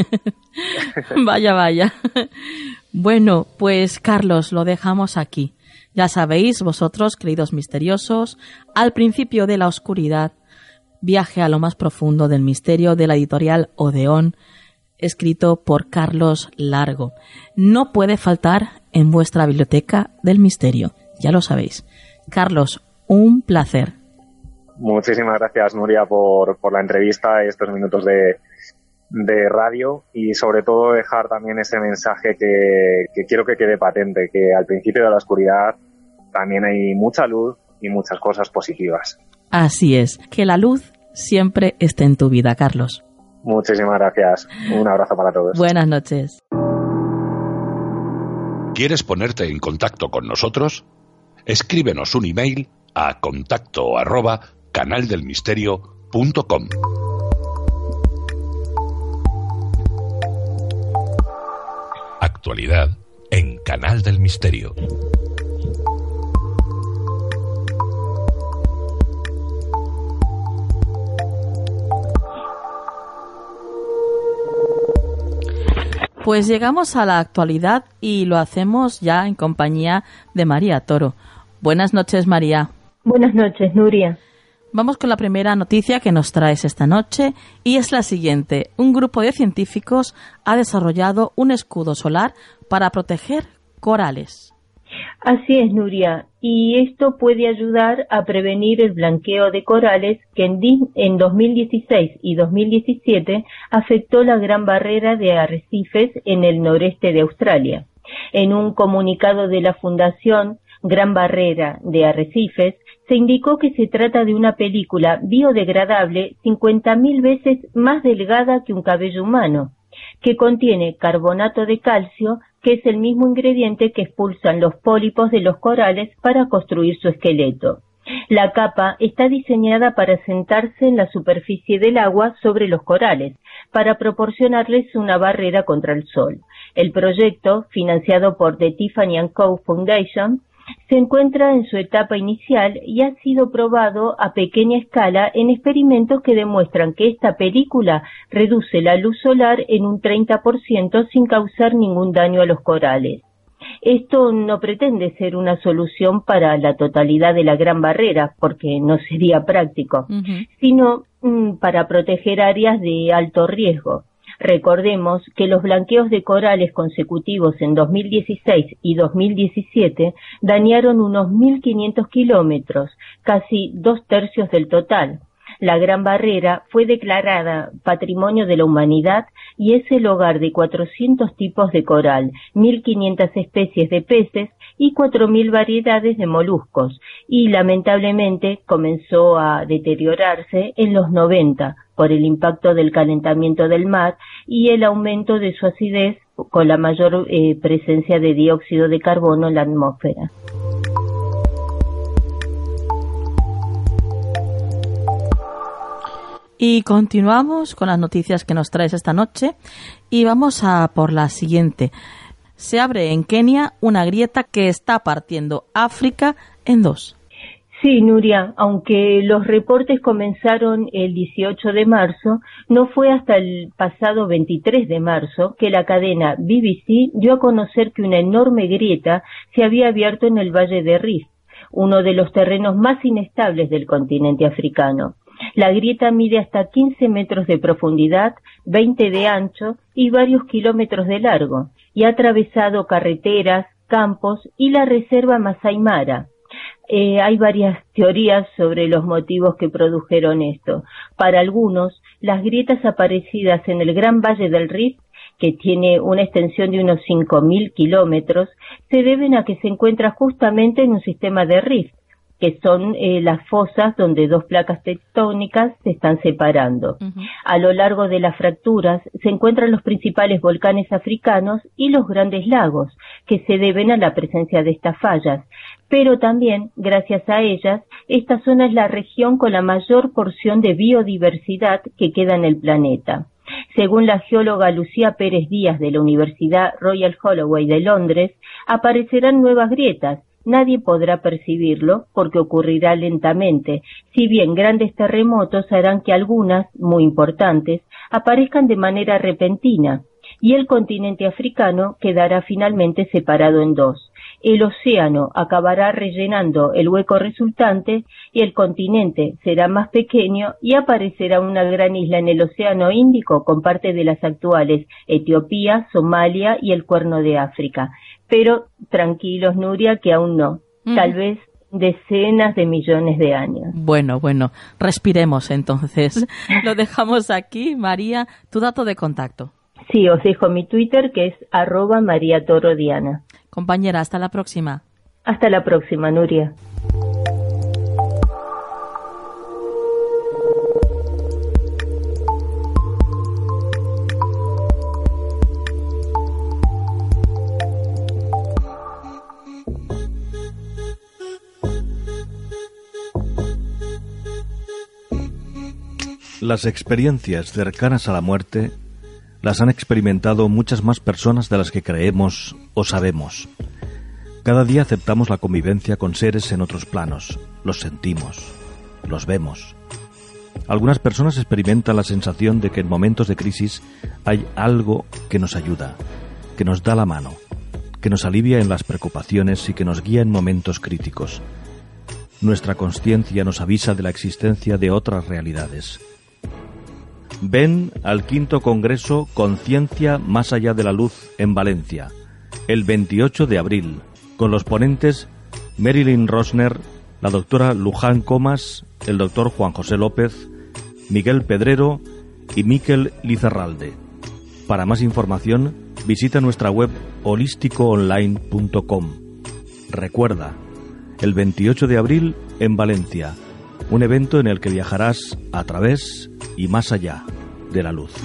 Vaya. Bueno, pues Carlos, lo dejamos aquí. Ya sabéis, vosotros, queridos misteriosos, Al principio de la oscuridad, viaje a lo más profundo del misterio, de la editorial Odeón, escrito por Carlos Largo. No puede faltar en vuestra biblioteca del misterio, ya lo sabéis. Carlos, un placer. Muchísimas gracias, Nuria, por la entrevista y estos minutos de radio, y sobre todo dejar también ese mensaje que quiero que quede patente, que al principio de la oscuridad también hay mucha luz y muchas cosas positivas. Así es, que la luz siempre esté en tu vida, Carlos. Muchísimas gracias. Un abrazo para todos. Buenas noches. ¿Quieres ponerte en contacto con nosotros? Escríbenos un email a contacto@canaldelmisterio.com. Actualidad en Canal del Misterio. Pues llegamos a la actualidad y lo hacemos ya en compañía de María Toro. Buenas noches, María. Buenas noches, Nuria. Vamos con la primera noticia que nos traes esta noche y es la siguiente. Un grupo de científicos ha desarrollado un escudo solar para proteger corales. Así es, Nuria, y esto puede ayudar a prevenir el blanqueo de corales que en 2016 y 2017 afectó la Gran Barrera de Arrecifes en el noreste de Australia. En un comunicado de la Fundación Gran Barrera de Arrecifes, se indicó que se trata de una película biodegradable 50.000 veces más delgada que un cabello humano, que contiene carbonato de calcio, que es el mismo ingrediente que expulsan los pólipos de los corales para construir su esqueleto. La capa está diseñada para sentarse en la superficie del agua sobre los corales, para proporcionarles una barrera contra el sol. El proyecto, financiado por The Tiffany & Co. Foundation, se encuentra en su etapa inicial y ha sido probado a pequeña escala en experimentos que demuestran que esta película reduce la luz solar en un 30% sin causar ningún daño a los corales. Esto no pretende ser una solución para la totalidad de la Gran Barrera, porque no sería práctico, sino para proteger áreas de alto riesgo. Recordemos que los blanqueos de corales consecutivos en 2016 y 2017 dañaron unos 1.500 kilómetros, casi 2/3 del total. La Gran Barrera fue declarada Patrimonio de la Humanidad y es el hogar de 400 tipos de coral, 1.500 especies de peces y 4.000 variedades de moluscos, y lamentablemente comenzó a deteriorarse en los 90 por el impacto del calentamiento del mar y el aumento de su acidez con la mayor presencia de dióxido de carbono en la atmósfera. Y continuamos con las noticias que nos traes esta noche y vamos a por la siguiente. Se abre en Kenia una grieta que está partiendo África en dos. Sí, Nuria, aunque los reportes comenzaron el 18 de marzo, no fue hasta el pasado 23 de marzo que la cadena BBC dio a conocer que una enorme grieta se había abierto en el Valle de Rift, uno de los terrenos más inestables del continente africano. La grieta mide hasta 15 metros de profundidad, 20 de ancho y varios kilómetros de largo, y ha atravesado carreteras, campos y la reserva Masai Mara. Hay varias teorías sobre los motivos que produjeron esto. Para algunos, las grietas aparecidas en el Gran Valle del Rift, que tiene una extensión de unos 5.000 kilómetros, se deben a que se encuentra justamente en un sistema de rift, que son las fosas donde dos placas tectónicas se están separando. A lo largo de las fracturas se encuentran los principales volcanes africanos y los grandes lagos, que se deben a la presencia de estas fallas. Pero también, gracias a ellas, esta zona es la región con la mayor porción de biodiversidad que queda en el planeta. Según la geóloga Lucía Pérez Díaz de la Universidad Royal Holloway de Londres, aparecerán nuevas grietas. Nadie podrá percibirlo porque ocurrirá lentamente, si bien grandes terremotos harán que algunas, muy importantes, aparezcan de manera repentina, y el continente africano quedará finalmente separado en dos. El océano acabará rellenando el hueco resultante y el continente será más pequeño y aparecerá una gran isla en el Océano Índico con parte de las actuales Etiopía, Somalia y el Cuerno de África. Pero tranquilos, Nuria, que aún no. Tal vez decenas de millones de años. Bueno, respiremos entonces. Lo dejamos aquí. María, tu dato de contacto. Sí, os dejo mi Twitter, que es @mariatorodiana. Compañera, hasta la próxima. Hasta la próxima, Nuria. Las experiencias cercanas a la muerte las han experimentado muchas más personas de las que creemos o sabemos. Cada día aceptamos la convivencia con seres en otros planos, los sentimos, los vemos. Algunas personas experimentan la sensación de que en momentos de crisis hay algo que nos ayuda, que nos da la mano, que nos alivia en las preocupaciones y que nos guía en momentos críticos. Nuestra consciencia nos avisa de la existencia de otras realidades. Ven al 5º Congreso Conciencia Más Allá de la Luz en Valencia, el 28 de abril, con los ponentes Marilyn Rosner, la doctora Luján Comas, el doctor Juan José López, Miguel Pedrero y Miquel Lizarralde. Para más información, visita nuestra web holísticoonline.com. Recuerda, el 28 de abril en Valencia, un evento en el que viajarás a través y más allá de la luz.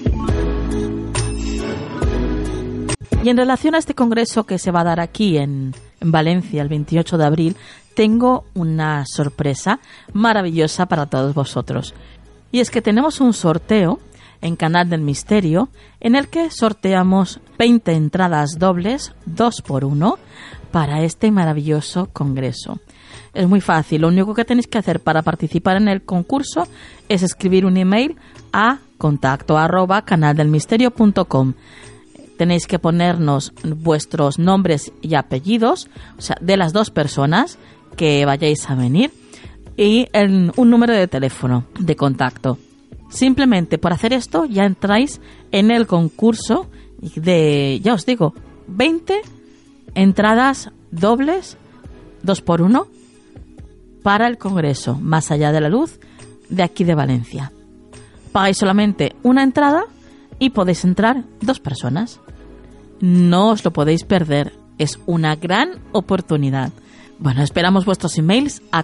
Y en relación a este congreso que se va a dar aquí en Valencia el 28 de abril, tengo una sorpresa maravillosa para todos vosotros. Y es que tenemos un sorteo en Canal del Misterio en el que sorteamos 20 entradas dobles 2x1 para este maravilloso congreso. Es muy fácil, lo único que tenéis que hacer para participar en el concurso es escribir un email a contacto@canaldelmisterio.com. Tenéis que ponernos vuestros nombres y apellidos, o sea, de las dos personas que vayáis a venir, y un número de teléfono de contacto. Simplemente por hacer esto ya entráis en el concurso de, ya os digo, 20 entradas dobles 2x1 para el Congreso Más Allá de la Luz de aquí de Valencia. Pagáis solamente una entrada y podéis entrar 2 personas. No os lo podéis perder, es una gran oportunidad. Bueno, esperamos vuestros emails a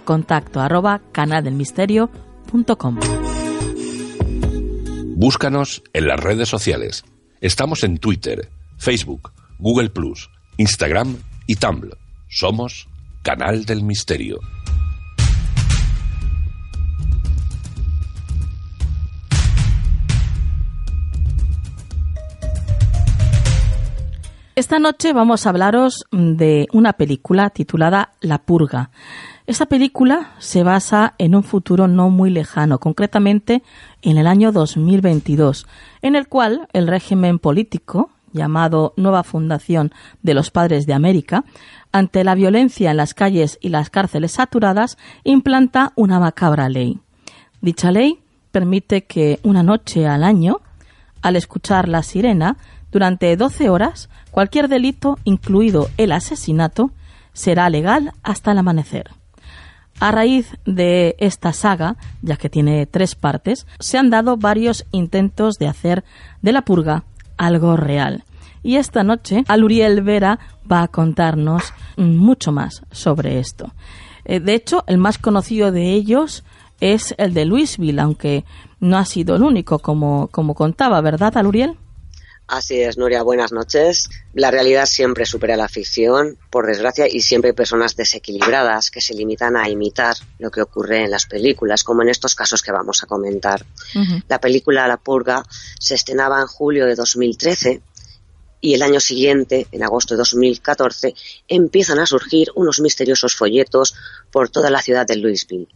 contacto@canaldelmisterio.com. Búscanos en las redes sociales. Estamos en Twitter, Facebook, Google+, Instagram y Tumblr. Somos Canal del Misterio. Esta noche vamos a hablaros de una película titulada La Purga. Esta película se basa en un futuro no muy lejano, concretamente en el año 2022, en el cual el régimen político, llamado Nueva Fundación de los Padres de América, ante la violencia en las calles y las cárceles saturadas, implanta una macabra ley. Dicha ley permite que una noche al año, al escuchar la sirena, durante 12 horas, cualquier delito, incluido el asesinato, será legal hasta el amanecer. A raíz de esta saga, ya que tiene 3 partes, se han dado varios intentos de hacer de La Purga algo real. Y esta noche, Aluriel Vera va a contarnos mucho más sobre esto. De hecho, el más conocido de ellos es el de Louisville, aunque no ha sido el único, como contaba, ¿verdad, Aluriel? Así es, Nuria, buenas noches. La realidad siempre supera la ficción, por desgracia, y siempre hay personas desequilibradas que se limitan a imitar lo que ocurre en las películas, como en estos casos que vamos a comentar. Uh-huh. La película La Purga se estrenaba en julio de 2013 y el año siguiente, en agosto de 2014, empiezan a surgir unos misteriosos folletos por toda la ciudad de Louisville,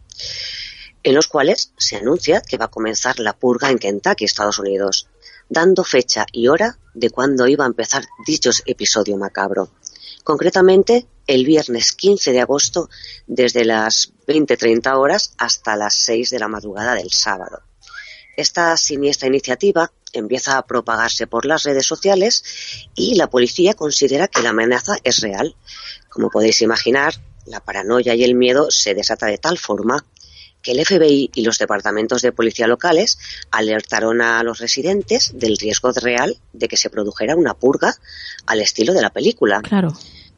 en los cuales se anuncia que va a comenzar la purga en Kentucky, Estados Unidos, dando fecha y hora de cuándo iba a empezar dicho episodio macabro. Concretamente, el viernes 15 de agosto, desde las 20:30 horas hasta las 6 de la madrugada del sábado. Esta siniestra iniciativa empieza a propagarse por las redes sociales y la policía considera que la amenaza es real. Como podéis imaginar, la paranoia y el miedo se desata de tal forma que el FBI y los departamentos de policía locales alertaron a los residentes del riesgo real de que se produjera una purga al estilo de la película. Claro.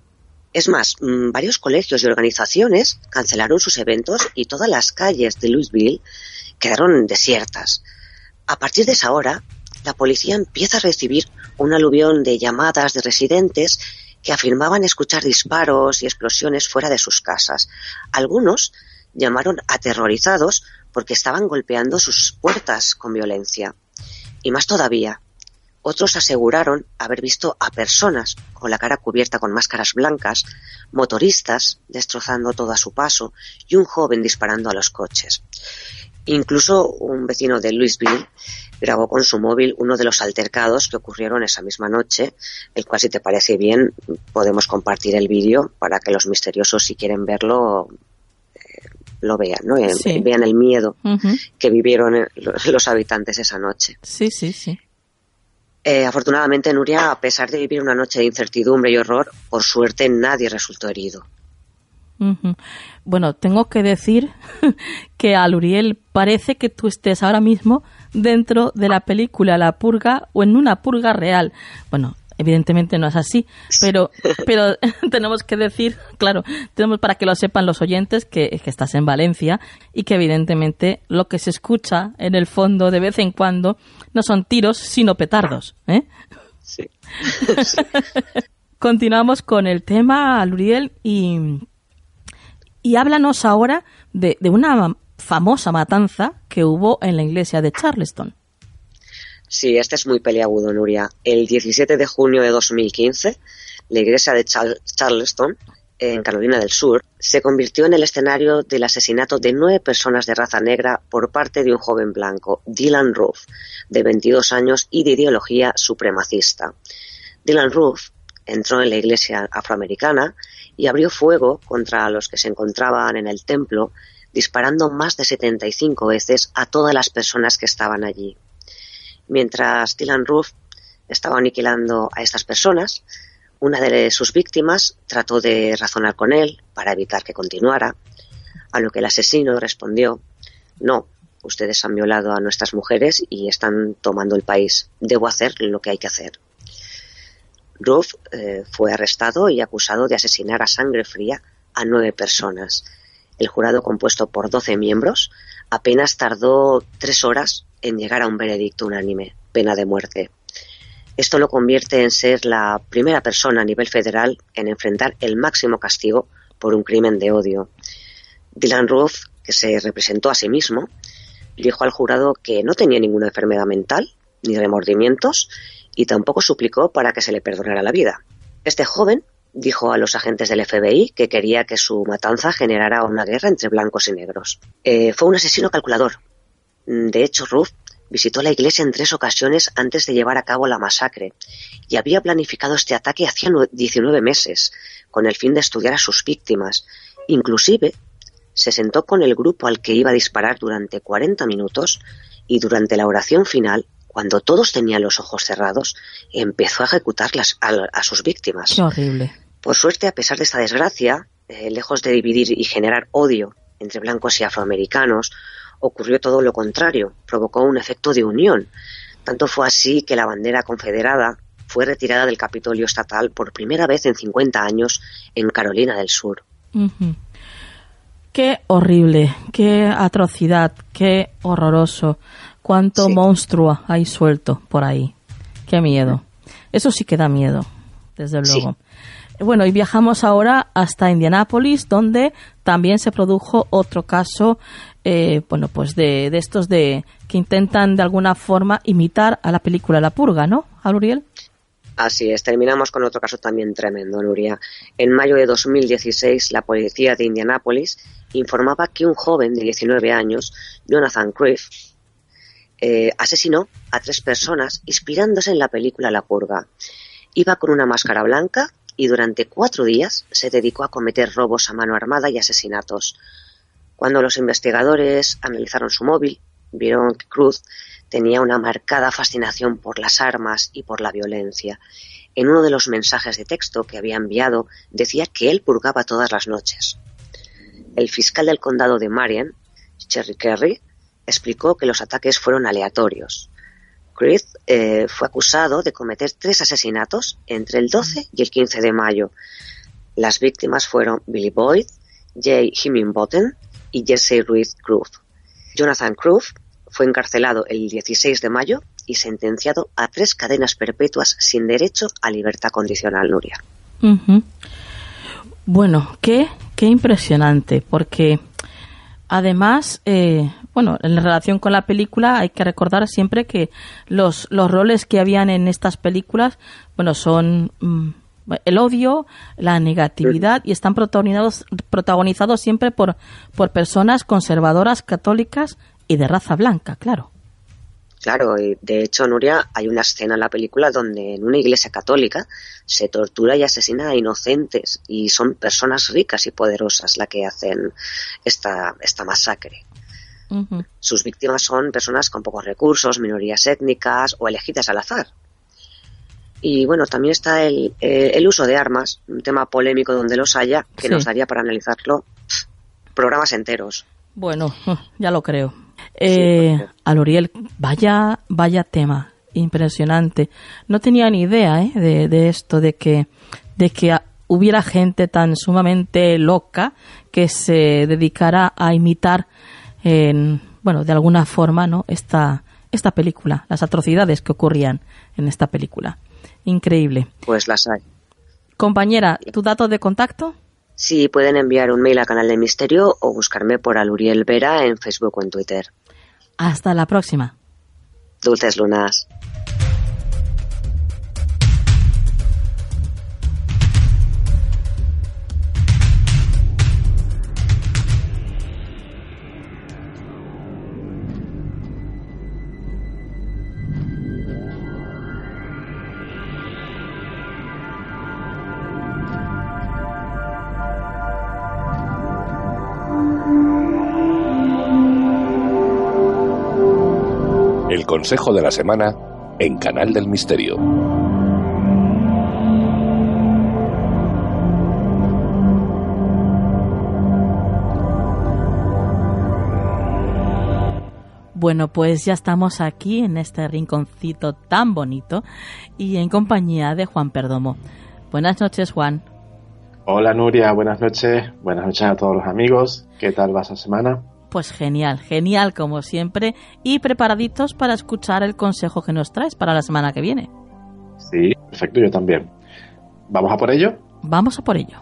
Es más, varios colegios y organizaciones cancelaron sus eventos y todas las calles de Louisville quedaron desiertas. A partir de esa hora, la policía empieza a recibir un aluvión de llamadas de residentes que afirmaban escuchar disparos y explosiones fuera de sus casas. Algunos llamaron aterrorizados porque estaban golpeando sus puertas con violencia. Y más todavía, otros aseguraron haber visto a personas con la cara cubierta con máscaras blancas, motoristas destrozando todo a su paso y un joven disparando a los coches. Incluso un vecino de Louisville grabó con su móvil uno de los altercados que ocurrieron esa misma noche, el cual, si te parece bien, podemos compartir el vídeo para que los misteriosos, si quieren verlo, lo vean, ¿no? Sí. Vean el miedo que vivieron los habitantes esa noche. Sí. Afortunadamente, Nuria, a pesar de vivir una noche de incertidumbre y horror, por suerte nadie resultó herido. Bueno, tengo que decir que a Luriel parece que tú estés ahora mismo dentro de la película La Purga o en una purga real. Bueno, evidentemente no es así, pero tenemos que decir, claro, tenemos para que lo sepan los oyentes que estás en Valencia y que evidentemente lo que se escucha en el fondo de vez en cuando no son tiros, sino petardos, ¿eh? Sí. Continuamos con el tema, Luriel, y háblanos ahora de una famosa matanza que hubo en la iglesia de Charleston. Sí, este es muy peliagudo, Nuria. El 17 de junio de 2015, la iglesia de Charleston, en Carolina del Sur, se convirtió en el escenario del asesinato de 9 personas de raza negra por parte de un joven blanco, Dylann Roof, de 22 años y de ideología supremacista. Dylann Roof entró en la iglesia afroamericana y abrió fuego contra los que se encontraban en el templo, disparando más de 75 veces a todas las personas que estaban allí. Mientras Dylann Roof estaba aniquilando a estas personas, una de sus víctimas trató de razonar con él para evitar que continuara, a lo que el asesino respondió: no, ustedes han violado a nuestras mujeres y están tomando el país, debo hacer lo que hay que hacer. Roof fue arrestado y acusado de asesinar a sangre fría a 9 personas. El jurado, compuesto por 12 miembros, apenas tardó 3 horas en llegar a un veredicto unánime, pena de muerte. Esto lo convierte en ser la primera persona a nivel federal en enfrentar el máximo castigo por un crimen de odio. Dylann Roof, que se representó a sí mismo, dijo al jurado que no tenía ninguna enfermedad mental, ni remordimientos, y tampoco suplicó para que se le perdonara la vida. Este joven dijo a los agentes del FBI que quería que su matanza generara una guerra entre blancos y negros. Fue un asesino calculador. De hecho, Roof visitó la iglesia en 3 ocasiones antes de llevar a cabo la masacre y había planificado este ataque hacía 19 meses, con el fin de estudiar a sus víctimas. Inclusive, se sentó con el grupo al que iba a disparar durante 40 minutos y durante la oración final, cuando todos tenían los ojos cerrados, empezó a ejecutarlas a sus víctimas. ¡Qué horrible! Por suerte, a pesar de esta desgracia, lejos de dividir y generar odio entre blancos y afroamericanos, ocurrió todo lo contrario, provocó un efecto de unión. Tanto fue así que la bandera confederada fue retirada del Capitolio estatal por primera vez en 50 años en Carolina del Sur. Qué horrible, qué atrocidad, qué horroroso. Cuánto monstruo hay suelto por ahí. Qué miedo. Eso sí que da miedo, desde luego. Sí. Bueno, y viajamos ahora hasta Indianápolis, donde también se produjo otro caso, pues de estos que intentan de alguna forma imitar a la película La Purga, ¿no, Luriel? Así es, terminamos con otro caso también tremendo, Nuria. En mayo de 2016, la policía de Indianápolis informaba que un joven de 19 años, Jonathan Criff, asesinó a 3 personas inspirándose en la película La Purga. Iba con una máscara blanca y durante 4 días se dedicó a cometer robos a mano armada y asesinatos. Cuando los investigadores analizaron su móvil, vieron que Cruz tenía una marcada fascinación por las armas y por la violencia. En uno de los mensajes de texto que había enviado decía que él purgaba todas las noches. El fiscal del condado de Marion, Cherry Kerry, explicó que los ataques fueron aleatorios. Creed fue acusado de cometer 3 asesinatos entre el 12 y el 15 de mayo. Las víctimas fueron Billy Boyd, Jay Himmelbotham y Jesse Ruiz Cruz. Jonathan Cruz fue encarcelado el 16 de mayo y sentenciado a 3 cadenas perpetuas sin derecho a libertad condicional, Nuria. Uh-huh. Bueno, qué impresionante, porque además, en relación con la película hay que recordar siempre que los roles que habían en estas películas, son el odio, la negatividad, y están protagonizados siempre por personas conservadoras, católicas y de raza blanca, claro. Claro, y de hecho, Nuria, hay una escena en la película donde en una iglesia católica se tortura y asesina a inocentes, y son personas ricas y poderosas las que hacen esta masacre. Uh-huh. Sus víctimas son personas con pocos recursos, minorías étnicas o elegidas al azar. Y bueno, también está el uso de armas, un tema polémico donde los haya, que nos daría para analizarlo programas enteros. Bueno, ya lo creo. Aluriel, vaya tema impresionante. No tenía ni idea de esto, de que hubiera gente tan sumamente loca que se dedicara a imitar, de alguna forma, ¿no? esta película, las atrocidades que ocurrían en esta película. Increíble. Pues las hay. Compañera, ¿tu dato de contacto? Sí, pueden enviar un mail a Canal del Misterio o buscarme por Aluriel Vera en Facebook o en Twitter. Hasta la próxima. Dulces lunas. El consejo de la semana en Canal del Misterio. Bueno, pues ya estamos aquí en este rinconcito tan bonito y en compañía de Juan Perdomo. Buenas noches, Juan. Hola, Nuria, buenas noches. Buenas noches a todos los amigos. ¿Qué tal va esa semana? Pues genial como siempre, y preparaditos para escuchar el consejo que nos traes para la semana que viene. Sí, perfecto, yo también. ¿Vamos a por ello? Vamos a por ello.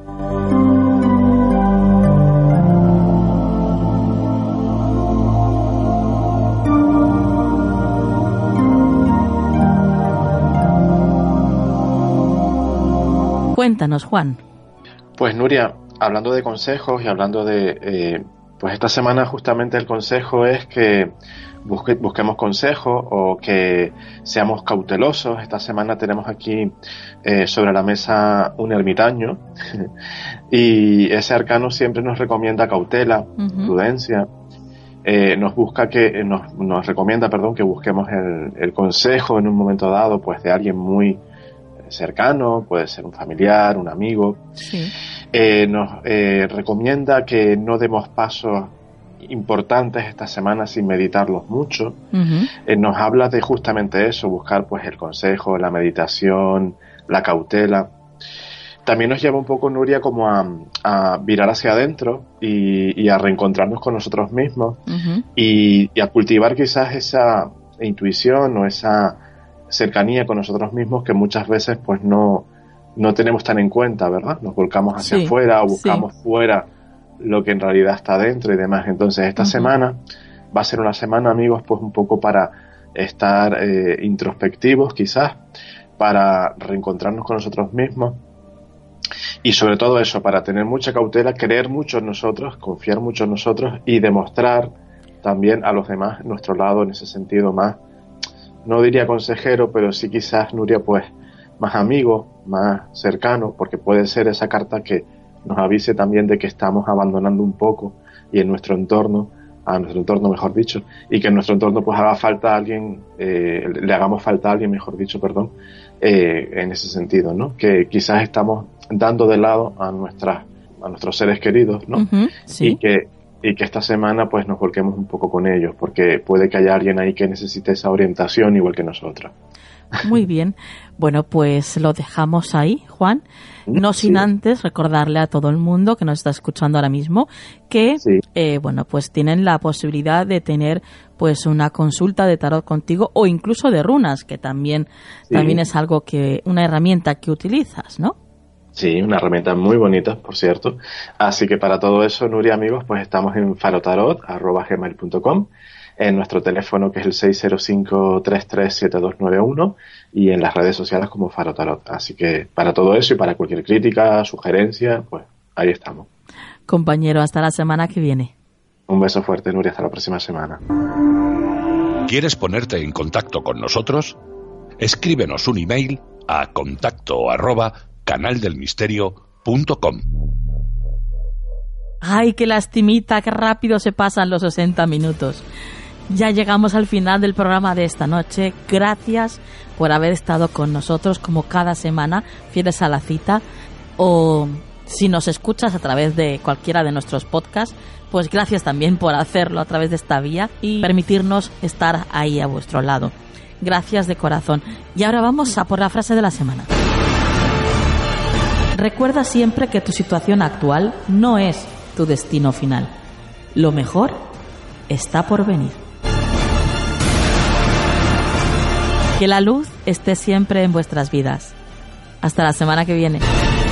Cuéntanos, Juan. Pues Nuria, hablando de consejos y hablando de... pues esta semana justamente el consejo es que busquemos consejos o que seamos cautelosos. Esta semana tenemos aquí sobre la mesa un ermitaño y ese arcano siempre nos recomienda cautela, prudencia. Nos recomienda que busquemos el consejo en un momento dado, pues de alguien muy cercano, puede ser un familiar, un amigo. Sí. Nos recomienda que no demos pasos importantes esta semana sin meditarlos mucho. Nos habla de justamente eso, buscar pues el consejo, la meditación, la cautela. También nos lleva un poco, Nuria, como a virar hacia adentro y a reencontrarnos con nosotros mismos y a cultivar quizás esa intuición o esa cercanía con nosotros mismos que muchas veces pues no tenemos tan en cuenta, ¿verdad? Nos volcamos hacia afuera o buscamos fuera lo que en realidad está dentro y demás. Entonces esta semana va a ser una semana, amigos, pues un poco para estar introspectivos quizás, para reencontrarnos con nosotros mismos y sobre todo eso, para tener mucha cautela, creer mucho en nosotros, confiar mucho en nosotros y demostrar también a los demás nuestro lado en ese sentido más, no diría consejero, pero sí quizás, Nuria, pues más amigo, más cercano, porque puede ser esa carta que nos avise también de que estamos abandonando un poco y en nuestro entorno, mejor dicho, y que en nuestro entorno pues haga falta a alguien, le hagamos falta a alguien, mejor dicho, en ese sentido, ¿no? Que quizás estamos dando de lado a nuestros seres queridos, ¿no? Sí. Y que y que esta semana pues nos volquemos un poco con ellos, porque puede que haya alguien ahí que necesite esa orientación igual que nosotros. Muy bien. Bueno, pues lo dejamos ahí, Juan. No sin antes recordarle a todo el mundo que nos está escuchando ahora mismo que, bueno, pues tienen la posibilidad de tener pues una consulta de tarot contigo o incluso de runas, que también es algo que, una herramienta que utilizas, ¿no? Sí, una herramienta muy bonita, por cierto. Así que para todo eso, Nuria, amigos, pues estamos en farotarot@gmail.com, en nuestro teléfono que es el 605-337291 y en las redes sociales como Farotarot. Así que para todo eso y para cualquier crítica, sugerencia, pues ahí estamos. Compañero, hasta la semana que viene. Un beso fuerte, Nuria, hasta la próxima semana. ¿Quieres ponerte en contacto con nosotros? Escríbenos un email a contacto@canaldelmisterio.com. Ay, qué lastimita, qué rápido se pasan los 60 minutos. Ya llegamos al final del programa de esta noche. Gracias por haber estado con nosotros como cada semana, fieles a la cita. O si nos escuchas a través de cualquiera de nuestros podcasts, pues gracias también por hacerlo a través de esta vía y permitirnos estar ahí a vuestro lado. Gracias de corazón. Y ahora vamos a por la frase de la semana. Recuerda siempre que tu situación actual no es tu destino final. Lo mejor está por venir. Que la luz esté siempre en vuestras vidas. Hasta la semana que viene.